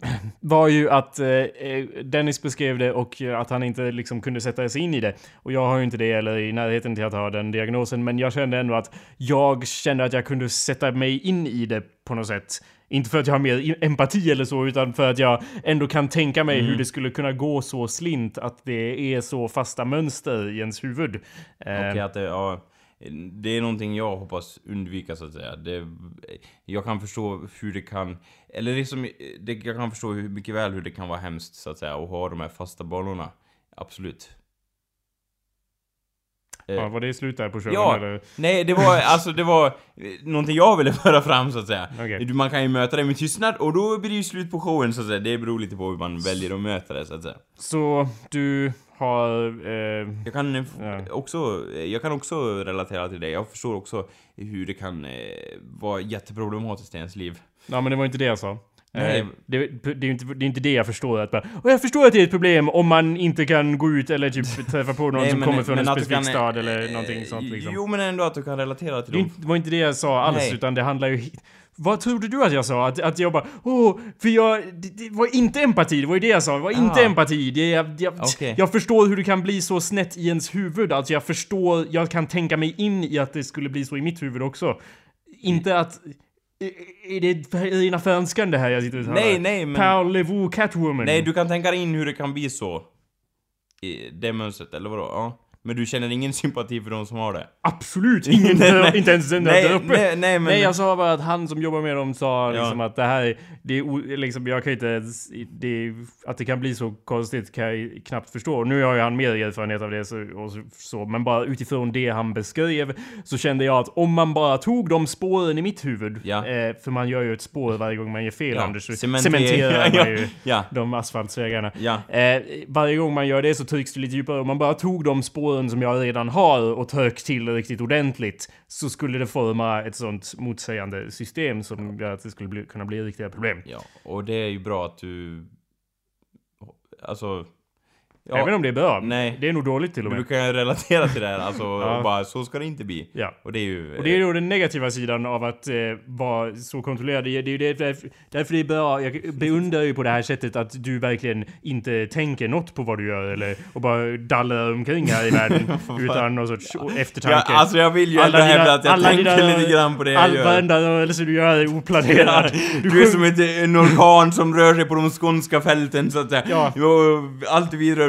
Var ju att eh, Dennis beskrev det och att han inte liksom kunde sätta sig in i det. Och jag har ju inte det eller i närheten till att ha den diagnosen, men jag kände ändå att jag kände att jag kunde sätta mig in i det på något sätt. Inte för att jag har mer empati eller så, utan för att jag ändå kan tänka mig mm. hur det skulle kunna gå så slint att det är så fasta mönster i ens huvud. Okej, okay, att det, ja, det är någonting jag hoppas undvika, så att säga. Det, jag kan förstå hur det kan, eller liksom, det, jag kan förstå hur mycket väl hur det kan vara hemskt, så att säga, att ha de här fasta ballorna. Absolut. Ja, var det i slut där på showen? Ja, eller? Nej, det var, alltså det var någonting jag ville föra fram, så att säga. Okay. Man kan ju möta det med tystnad, och då blir det ju slut på showen, så att säga. Det beror lite på hur man väljer att möta det, så att säga. Så du har... Eh, jag, kan ja. också, jag kan också relatera till det. Jag förstår också hur det kan eh, vara jätteproblematiskt i ens liv. Ja, men det var inte det jag sa. Nej. Det, det, det, är inte, det är inte det jag förstår. Att bara, och jag förstår att det är ett problem om man inte kan gå ut eller typ träffa på någon Nej, som men, kommer från en specifik kan, stad eller äh, någonting sånt liksom. Jo, men ändå att du kan relatera till det. dem. Det var inte det jag sa alls, Nej. utan det handlar ju... Vad trodde du att jag sa? Att, att jag bara, åh, för jag... Det, det var inte empati, det var ju det jag sa. Det var ah. inte empati. Det, jag, jag, okay. jag förstår hur det kan bli så snett i ens huvud. Alltså jag förstår, jag kan tänka mig in i att det skulle bli så i mitt huvud också. Inte att... Är det rena fönskan det här jag sitter och Nej, nej, men... Parlez-vous Catwoman? Nej, du kan tänka in hur det kan bli så. I det mönstret, eller vadå? Ja. Men du känner ingen sympati för de som har det? Absolut, ingen, nej, inte ens den nej, där uppe. Nej, nej, men... nej, jag sa bara att han som jobbar med dem sa liksom ja. att det här, det är liksom, jag kan inte, det, att det kan bli så konstigt kan jag knappt förstå. Nu har ju han mer erfarenhet av det så, och så, men bara utifrån det han beskrev så kände jag att om man bara tog de spåren i mitt huvud, ja. eh, för man gör ju ett spår varje gång man gör fel, ja. Anders, så Cementer- cementerar man ju ja. de asfaltsvägarna. Ja. Eh, varje gång man gör det så trycks det lite djupare. Om man bara tog de spåren som jag redan har och tryck till riktigt ordentligt så skulle det forma ett sånt motsägande system som gör att det skulle bli, kunna bli riktiga problem. Ja, och det är ju bra att du... Alltså... Ja, även om det är bra. Nej. Det är nog dåligt till och med. Men du kan ju relatera till det här. Alltså, ja. och bara, så ska det inte bli. Ja. Och det är ju... Och det är ju den negativa sidan av att eh, vara så kontrollerad. Det är ju det, därför, därför det är bra. Jag beundrar ju på det här sättet att du verkligen inte tänker något på vad du gör. Eller, och bara dallar omkring här i världen. Utan någon sorts eftertanke. Ja, alltså jag vill ju ändå hävda att jag tänker dina, lite grann på det jag all gör. Varenda rörelse du gör är oplanerad. Du, du är som ett, en orkan som rör sig på de skånska fälten. Så att säga. Ja. Allt vidare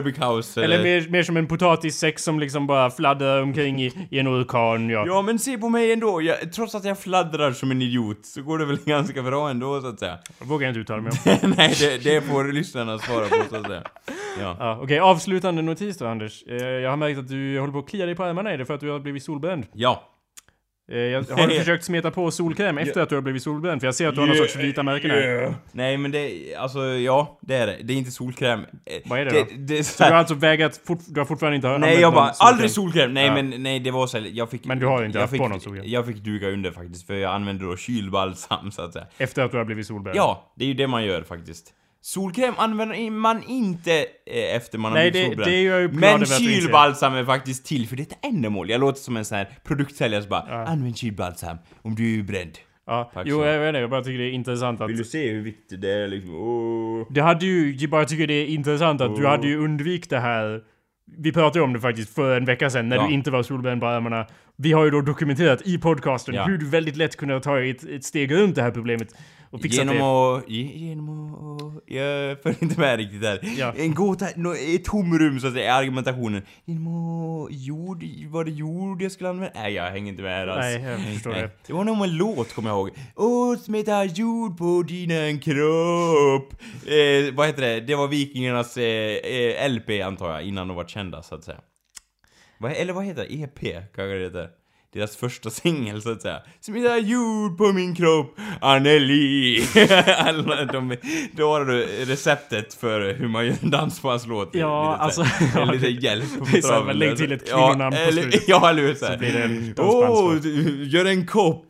Herbie House. Eller, eller mer, mer som en potatissäck som liksom bara fladdrar omkring i, i en orkan. Ja. ja, men se på mig ändå. Jag, trots att jag fladdrar som en idiot så går det väl ganska bra ändå, så att säga. Jag vågar inte uttala mig om. Nej, det, det får lyssnarna svara på, så att säga. Ja. Ja, okej, okay. Avslutande notis då, Anders. Eh, jag har märkt att du håller på att klia dig på armarna. Är det för att du har blivit solbränd? Ja. Eh, jag har du försökt smeta på solkräm efter yeah. att du har blivit solbränd? För jag ser att du har någon sorts vita märken här. Yeah. Nej, men det, alltså, ja, det är det. Det är inte solkräm. Vad är det, det då? Det, det, så du har alltså vägat, fort, du har fortfarande inte Nej, jag bara, aldrig solkräm. Nej, ja. men nej, det var så jag fick... Men du har inte haft fick, på någon solkräm? Jag fick duga under faktiskt, för jag använde då kylbalsam, så att säga. Efter att du har blivit solbränd? Ja, det är ju det man gör faktiskt. Solkräm använder man inte eh, efter man Nej, har blivit solbränd. Nej, det är ju men kylbalsam är faktiskt till för detta ändamål. Jag låter som en sån här produktsäljare som bara, ja. använd kylbalsam om du är bränd. Ja, Tack jo, så. jag vet inte, jag bara tycker det är intressant att... Vill du se hur viktigt det är liksom? Oh. Det hade ju, jag bara tycker det är intressant att oh. du hade ju undvikit det här. Vi pratade om det faktiskt för en vecka sedan när ja. du inte var solbränd på armarna. Vi har ju då dokumenterat i podcasten ja. hur du väldigt lätt kunde ta ett, ett steg runt det här problemet. Och genom att... Genom att... Jag får inte med riktigt där. Ja. En gåta, ett tomrum så att säga, argumentationen. Genom att... Jord... Var det jord jag skulle använda? Nej, jag hänger inte med alls. Nej, jag förstår Nej. det. Det var nog en låt, kommer jag ihåg. Åh, smeta jord på dina kropp. Eh, vad heter det? Det var Vikingarnas eh, L P, antar jag, innan de var kända, så att säga. Eller vad heter det? E P, kanske det heter. Deras första singel, så att säga. Smida jord på min kropp, Anneli. de, då har du receptet för hur man gör en dansbandslåt. Ja, lite, alltså... Ja, lite hjälp på traven. Lägg till ett kvinnonamn ja, på slutet. Ja, eller hur? Så, så blir det en dansbandslåt. Åh, gör en kopp,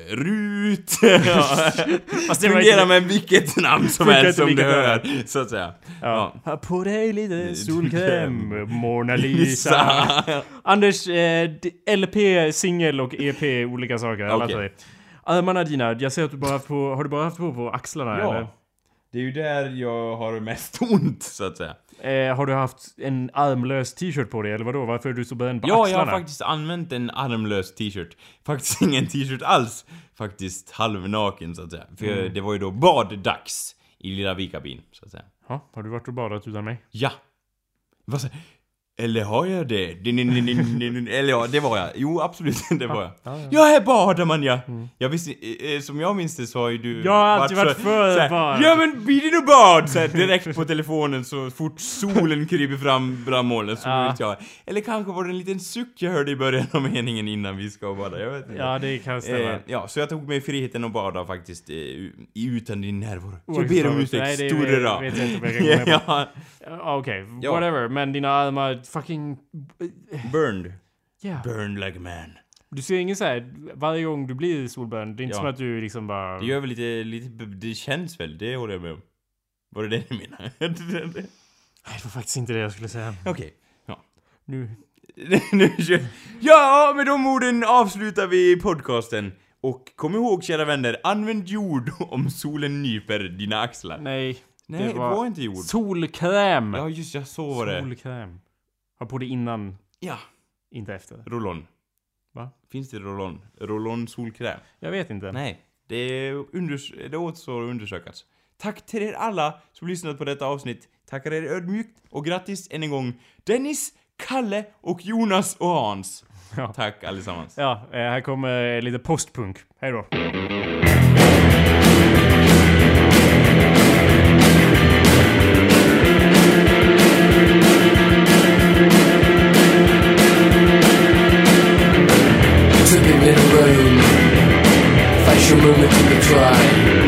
Rut. Ja. Fast det fungerar med vilket namn som helst som du hör, så att säga. Ja. Ha på dig lite solkräm, Mona Lisa. Anders, eh, L P, singel och E P, olika saker. Alla okay. Armarna dina, jag ser att du bara haft på, har du bara haft på på axlarna, ja. eller? Det är ju där jag har mest ont, så att säga. Eh, har du haft en armlös t-shirt på dig, eller vadå? Varför är du så bränd på ja, axlarna? Ja, jag har faktiskt använt en armlös t-shirt. Faktiskt ingen t-shirt alls. Faktiskt halvnaken, så att säga. För mm. det var ju då baddags i lilla Vikabyn, så att säga. Ja, har du varit och badat utan mig? Ja. Vad säger Eller har jag det? Eller ja, det var jag. Jo, absolut, det var jag. Ja, ja. Jag är badar man, ja. Mm. Jag visste, som jag minns det så har ju du... Jag har alltid varit för bad. Ja, men blir det nu bad? Så här, direkt på telefonen så fort solen kryper fram bland molnen så ja. vet jag. Eller kanske var det en liten suck jag hörde i början av meningen innan vi ska bada. Jag vet inte. Ja, det kan stämma. Eh, ja, så jag tog mig friheten att bada faktiskt eh, utan din närvaro. Jag ber om ursäkt, store rad. Jag vet inte om jag kan gå med på. Ja. Okej, okay, ja. whatever. Men dina armar fucking... Burned. Yeah. Burned like a man. Du ser ingen så här varje gång du blir solbränd. Det är inte ja. som att du liksom bara... Det gör väl lite, lite... Det känns väl, det håller jag med om. Var det det du menar? Nej, det var faktiskt inte det jag skulle säga. Okej, okay. ja. Nu... ja, med de orden avslutar vi podcasten. Och kom ihåg, kära vänner, använd jord om solen nyper dina axlar. Nej. Nej, det var, det var inte jord. Solkräm. Ja, just jag såg det. Solkräm. Ha på det innan. Ja. Inte efter. Rollon. Va? Finns det rollon? Rollon solkräm? Jag vet inte. Nej. Det är unders- det återstår att undersökas. Tack till er alla som lyssnat på detta avsnitt. Tackar er ödmjukt och grattis än en gång Dennis, Kalle och Jonas och Hans. Ja. Tack allesammans. Ja, här kommer lite postpunk. Hej då. Little room, facial movement to the try.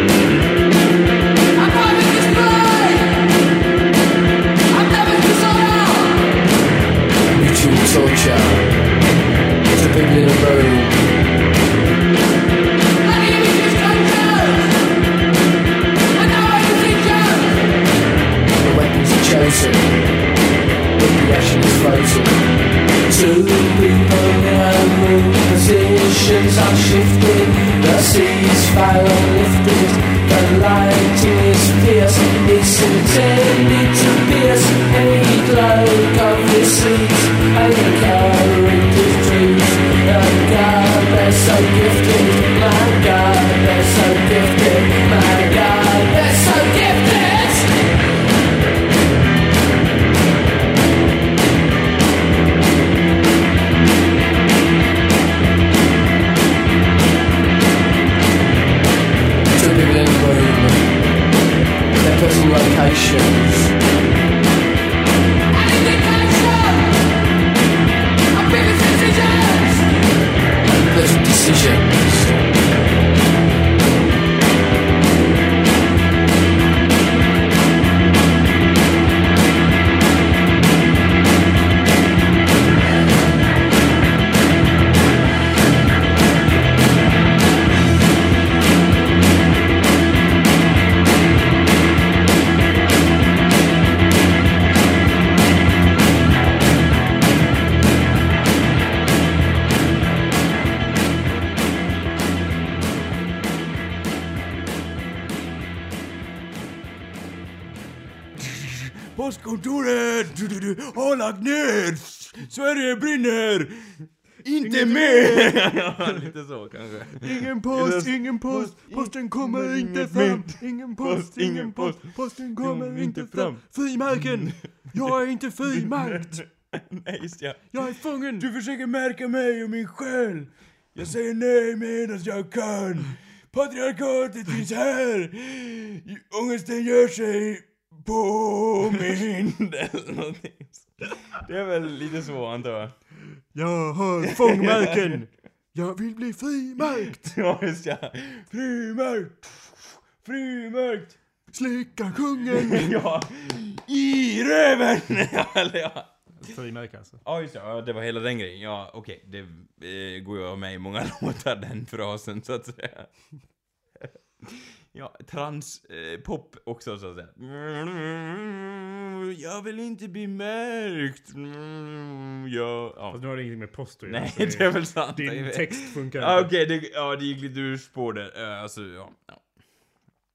I'm having this play. I'm never disorder. Mutual torture. It's a big little room. And you just control. And now I can think of. The weapons are chosen. But the action is frozen. Two people in moving positions are shifting. The ceasefire lifted. The lighting is fierce. It's intended to pierce any cloak of deceit and the character's dreams. My God, they're so gifted. My God, they're so gifted. My God, they're so gifted. Postkontoret har lagt ner. Sverige brinner. Inte mer! Ja, lite så kanske. Ingen post, ingen post, posten kommer inte fram. Ingen post, ingen post, posten kommer inte fram. Frimärken! Jag är inte frimärkt. Nej, just ja. Jag är fången. Du försöker märka mig och min själ. Jag säger nej medan jag kan. Patriarkatet finns här. Ångesten gör sig påmind. Det är väl lite så, antar jag. Jag har fångmärken. Jag vill bli frimärkt. Ja, just ja. Frimärkt. Frimärkt. Slicka kungen. Ja. I röven. Eller ja. Frimärk alltså. Ja, just ja. Det var hela den grejen. Ja, okej. Okay. Det eh, går ju av mig i många låtar, den frasen, så att säga. Ja, trans eh, pop också, så att säga. Jag vill inte bli märkt. Ja, ja. Fast nu har det ingenting med post att göra. Nej, det är väl sant. Din text funkar. Ah, okej, okay, det, ja, det gick lite ur spår där. Uh, alltså, ja. ja.